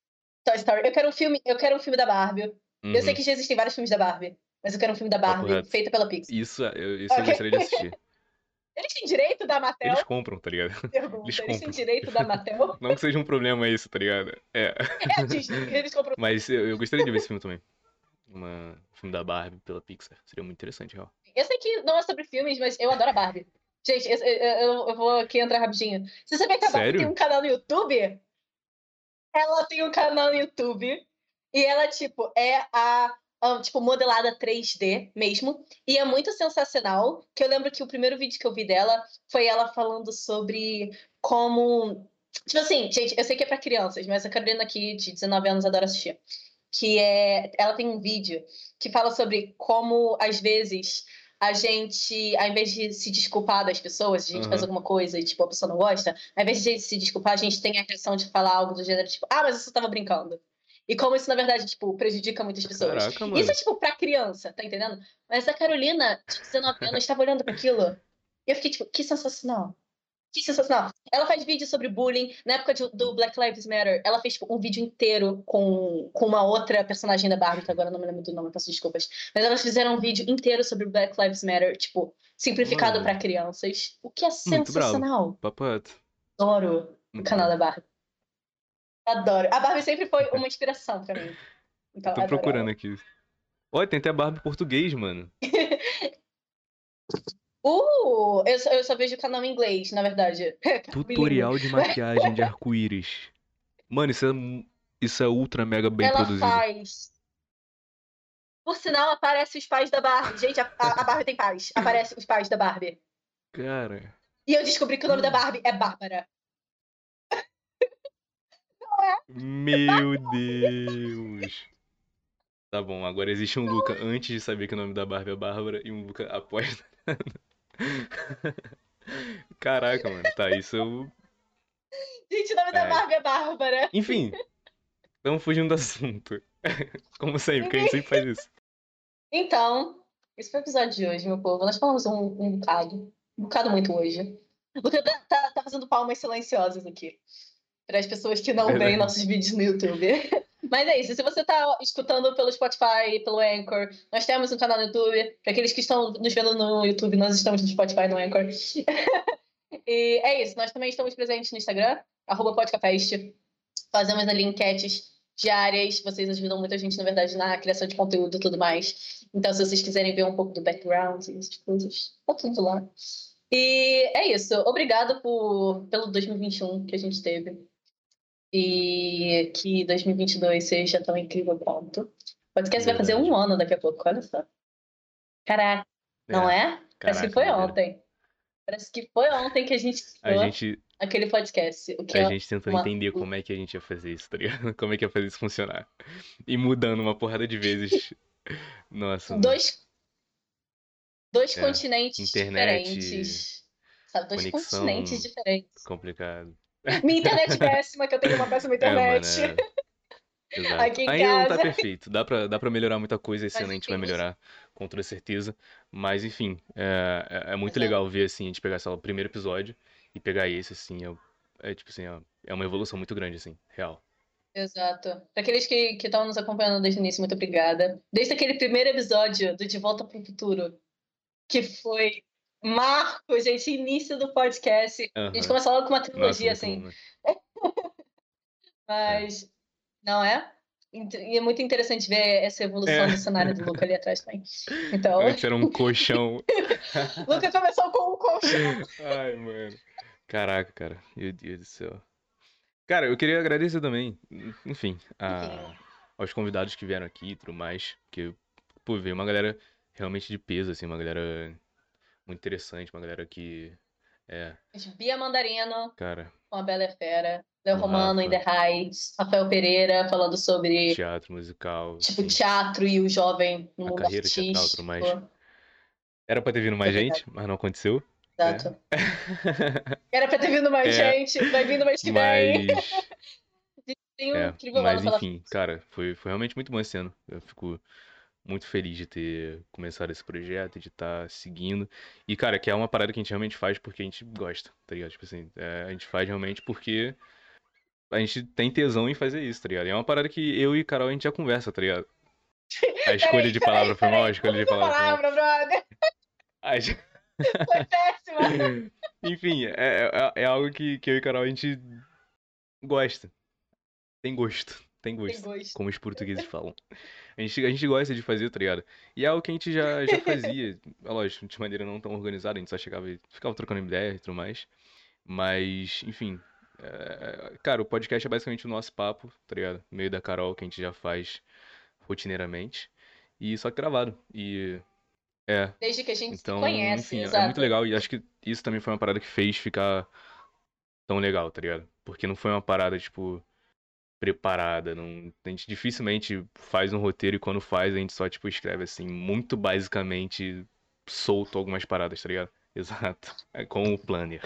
Toy Story. Eu quero um filme da Barbie. Eu sei Uhum. que já existem vários filmes da Barbie, mas eu quero um filme da Papo Barbie reto. feito pela Pixar. Isso eu Ok? gostaria de assistir. Eles têm direito da Eles Mattel? compram, tá ligado? Eles Pergunta. Eles têm compram. direito da Mattel? Não que seja um problema isso, tá ligado? É. É a Disney. Eles compram. Mas eu gostaria de ver esse filme também. Um filme da Barbie pela Pixar. Seria muito interessante, real. Eu sei que não é sobre filmes, mas eu adoro a Barbie. Gente, eu vou aqui entrar rapidinho. Você sabia que a Barbie tem Sério? um canal no YouTube? Ela tem um canal no YouTube e ela, tipo, é tipo, modelada 3D mesmo. E é muito sensacional, que eu lembro que o primeiro vídeo que eu vi dela foi ela falando sobre como... Tipo assim, gente, eu sei que é pra crianças, mas a Carolina aqui, de 19 anos, adora assistir. Que é... Ela tem um vídeo que fala sobre como, às vezes, a gente, ao invés de se desculpar das pessoas, a gente faz Aham. alguma coisa e, tipo, a pessoa não gosta, ao invés de a gente se desculpar, a gente tem a reação de falar algo do gênero, tipo, ah, mas eu só tava brincando. E como isso, na verdade, tipo, prejudica muitas pessoas. Caraca, Isso é, mano. tipo, pra criança, tá entendendo? Mas a Carolina, de 19 anos, estava olhando para aquilo e eu fiquei, tipo, que sensacional. Que sensacional. Ela faz vídeo sobre bullying. Na época do Black Lives Matter, ela fez tipo, um vídeo inteiro com uma outra personagem da Barbie, que agora eu não me lembro do nome, peço desculpas. Mas elas fizeram um vídeo inteiro sobre Black Lives Matter, tipo, simplificado Mano, para crianças. O que é muito brabo. sensacional. Papo reto. Adoro o Muito canal bom. da Barbie. Adoro. A Barbie sempre foi uma inspiração para mim. Eu Então, tô adoro procurando ela. aqui. Olha, tem até Barbie português, mano. Eu só vejo o canal em inglês, na verdade. Bilíngue. Tutorial de maquiagem de arco-íris. Mano, isso é ultra mega bem Ela produzido. faz. Por sinal, aparece os pais da Barbie. Gente, a Barbie tem pais. Aparece os pais da Barbie. Cara. E eu descobri que o nome da Barbie é Bárbara. Não é? Meu Deus. Tá bom, agora existe um Luca antes de saber que o nome da Barbie é Bárbara e um Luca após. Caraca, mano. Tá, isso eu. Gente, o nome da Ai. Barbie é Bárbara. Enfim, estamos fugindo do assunto. Como sempre, porque a gente sempre faz isso. Então, esse foi o episódio de hoje, meu povo. Nós falamos um bocado. Um bocado muito hoje. O Luca tá fazendo palmas silenciosas aqui. Para as pessoas que não veem Verdade. nossos vídeos no YouTube. Mas é isso. Se você está escutando pelo Spotify, pelo Anchor, nós temos um canal no YouTube. Para aqueles que estão nos vendo no YouTube, nós estamos no Spotify e no Anchor. E é isso. Nós também estamos presentes no Instagram, @podcafest. Fazemos ali enquetes diárias. Vocês ajudam muita gente, na verdade, na criação de conteúdo e tudo mais. Então, se vocês quiserem ver um pouco do background e essas coisas, tá tudo lá. E é isso. Obrigado pelo 2021 que a gente teve. E que 2022 seja tão incrível quanto. O podcast vai fazer Verdade. 1 ano daqui a pouco, olha só. Caraca, não É. é? Parece que Caraca, foi doideira. ontem. Parece que foi ontem que a gente A criou gente, aquele podcast. O que a é gente tentando uma. entender como é que a gente ia fazer isso, tá ligado? Como é que ia fazer isso funcionar. E mudando uma porrada de vezes. Nossa, mano. Dois É. continentes Internet, diferentes. Sabe? Dois continentes conexão, diferentes. complicado. Minha internet péssima, que eu tenho uma péssima É, mano, internet é. Exato. aqui em Ainda não tá casa. perfeito. Dá pra melhorar muita coisa. Esse Mas ano a gente vai enfim, melhorar, com toda certeza. Mas, enfim, é muito exato. legal ver, assim, a gente pegar, sei lá, o primeiro episódio e pegar esse, assim, tipo assim, é uma evolução muito grande, assim, real. Exato. Para aqueles que estão nos acompanhando desde o início, muito obrigada. Desde aquele primeiro episódio do De Volta para o Futuro, que foi marco, gente, início do podcast. A gente Aham. começou logo com uma Nossa, trilogia, muito bom, assim. né? É. Mas, não é? E é muito interessante ver essa evolução É. do cenário do Luca ali atrás também. Então, Antes era um colchão. Luca começou com um colchão. Ai, mano. Caraca, cara. Meu Deus do céu. Cara, eu queria agradecer também, enfim, Enfim, aos convidados que vieram aqui e tudo mais. Porque, pô, veio uma galera realmente de peso, assim, uma galera muito interessante, uma galera que. É, Bia Mandarino, cara, com a Bela e a Fera. Léo o Romano, In The Rafa, Heights. Rafael Pereira, falando sobre teatro musical, tipo, sim, teatro e o jovem no a mundo carreira teatral e tudo artístico. mais. Era pra ter vindo Muito mais obrigada. gente, mas não aconteceu, né? Exato. Era pra ter vindo mais É, gente, vai vindo mês que vem. mas. Tenho um É, incrível ano mas pela enfim, frente. cara, foi realmente muito bom esse ano. Eu fico muito feliz de ter começado esse projeto, de estar seguindo. E, cara, que é uma parada que a gente realmente faz porque a gente gosta, tá ligado? Tipo assim, a gente faz realmente porque a gente tem tesão em fazer isso, tá ligado? E é uma parada que eu e Carol a gente já conversa, tá ligado? A escolha de palavra foi mal, a escolha de Muda a palavra foi mal. palavra, brother. A gente- Foi péssima. Enfim, é algo que eu e Carol a gente gosta. Tem gosto. Tem Tem gosto. gosto. Como os portugueses falam. A gente gosta de fazer, tá ligado? E é algo que a gente já fazia. É lógico, de maneira não tão organizada, a gente só chegava e ficava trocando ideia e tudo mais. Mas, enfim. Cara, o podcast é basicamente o nosso papo, tá ligado? No meio da Carol, que a gente já faz rotineiramente. E só que gravado. E. É. Desde que a gente se Então, conhece, enfim, é muito exato. legal. E acho que isso também foi uma parada que fez ficar tão legal, tá ligado? Porque não foi uma parada, tipo, preparada. Não, a gente dificilmente faz um roteiro e quando faz a gente só, tipo, escreve assim, muito basicamente solto algumas paradas, tá ligado? Exato. É com o planner.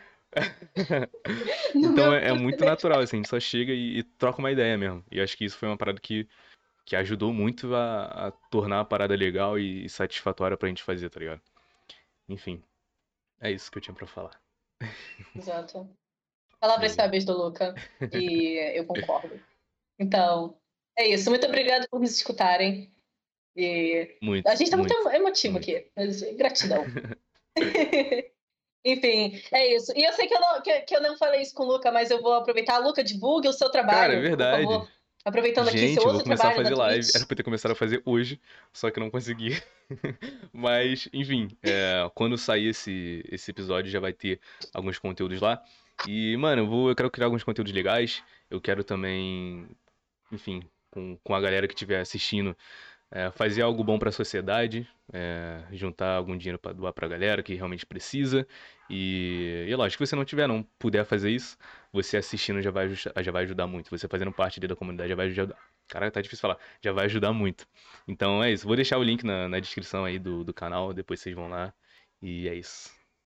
No Então meu é muito natural, assim, a gente só chega e troca uma ideia mesmo. E acho que isso foi uma parada que ajudou muito a tornar a parada legal e satisfatória pra gente fazer, tá ligado? Enfim, é isso que eu tinha pra falar. Exato. Palavras E sábias do Luca. E eu concordo. Então, é isso. Muito obrigada por nos escutarem. E a muito, gente tá muito muito, emotivo muito. aqui. Mas gratidão. Enfim, é isso. E eu sei que eu não falei isso com o Luca, mas eu vou aproveitar. Luca, divulgue o seu Cara, é trabalho, por verdade. favor. Aproveitando aqui seu Gente, eu vou outro começar a trabalho na fazer live. Era Twitch. pra eu ter começado a fazer hoje, só que eu não consegui. Mas, enfim, quando sair esse episódio já vai ter alguns conteúdos lá. E, mano, eu quero criar alguns conteúdos legais. Eu quero também, enfim, com a galera que estiver assistindo, fazer algo bom para a sociedade, juntar algum dinheiro para doar para a galera que realmente precisa. E lógico, se você não puder fazer isso, você assistindo já vai ajudar muito. Você fazendo parte da comunidade já vai ajudar. Caraca, tá difícil falar. Já vai ajudar muito. Então é isso. Vou deixar o link na descrição aí do canal, depois vocês vão lá. E é isso.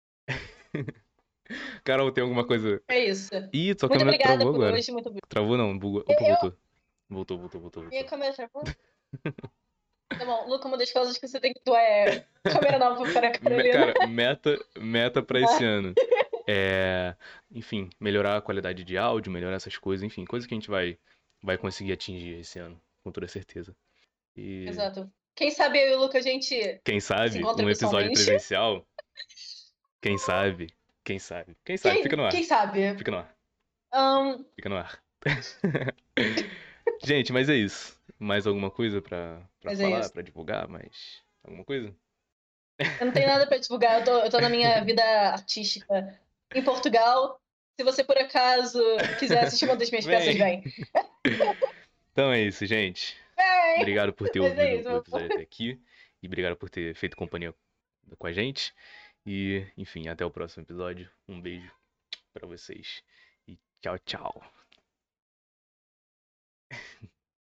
Carol, tem alguma coisa. É isso. Ih, tua Muito câmera obrigada travou por agora. hoje. Muito obrigada. Travou não, bugou. Opa, voltou. Voltou, voltou, voltou, Minha voltou. câmera travou? Tá bom, Luca, uma das coisas que você tem que doar é câmera nova para a Carolina. Cara, meta pra esse ano. É, enfim, melhorar a qualidade de áudio, melhorar essas coisas, enfim, coisas que a gente vai conseguir atingir esse ano, com toda certeza. E Exato. Quem sabe eu e o Luca a gente quem se sabe, encontra um episódio pessoalmente. presencial, quem sabe, quem sabe, fica no Quem ar, sabe? fica no ar, Ahn, fica no ar. Gente, mas é isso. Mais alguma coisa pra mas é falar, isso. pra divulgar, mais alguma coisa? Eu não tenho nada para divulgar, eu tô na minha vida artística em Portugal. Se você por acaso quiser assistir uma das minhas peças, Vem! vem. Então é isso, gente. Vem! Obrigado por ter Mas é ouvido isso, o meu episódio até aqui. E obrigado por ter feito companhia com a gente. E, enfim, até o próximo episódio. Um beijo pra vocês. E tchau, tchau.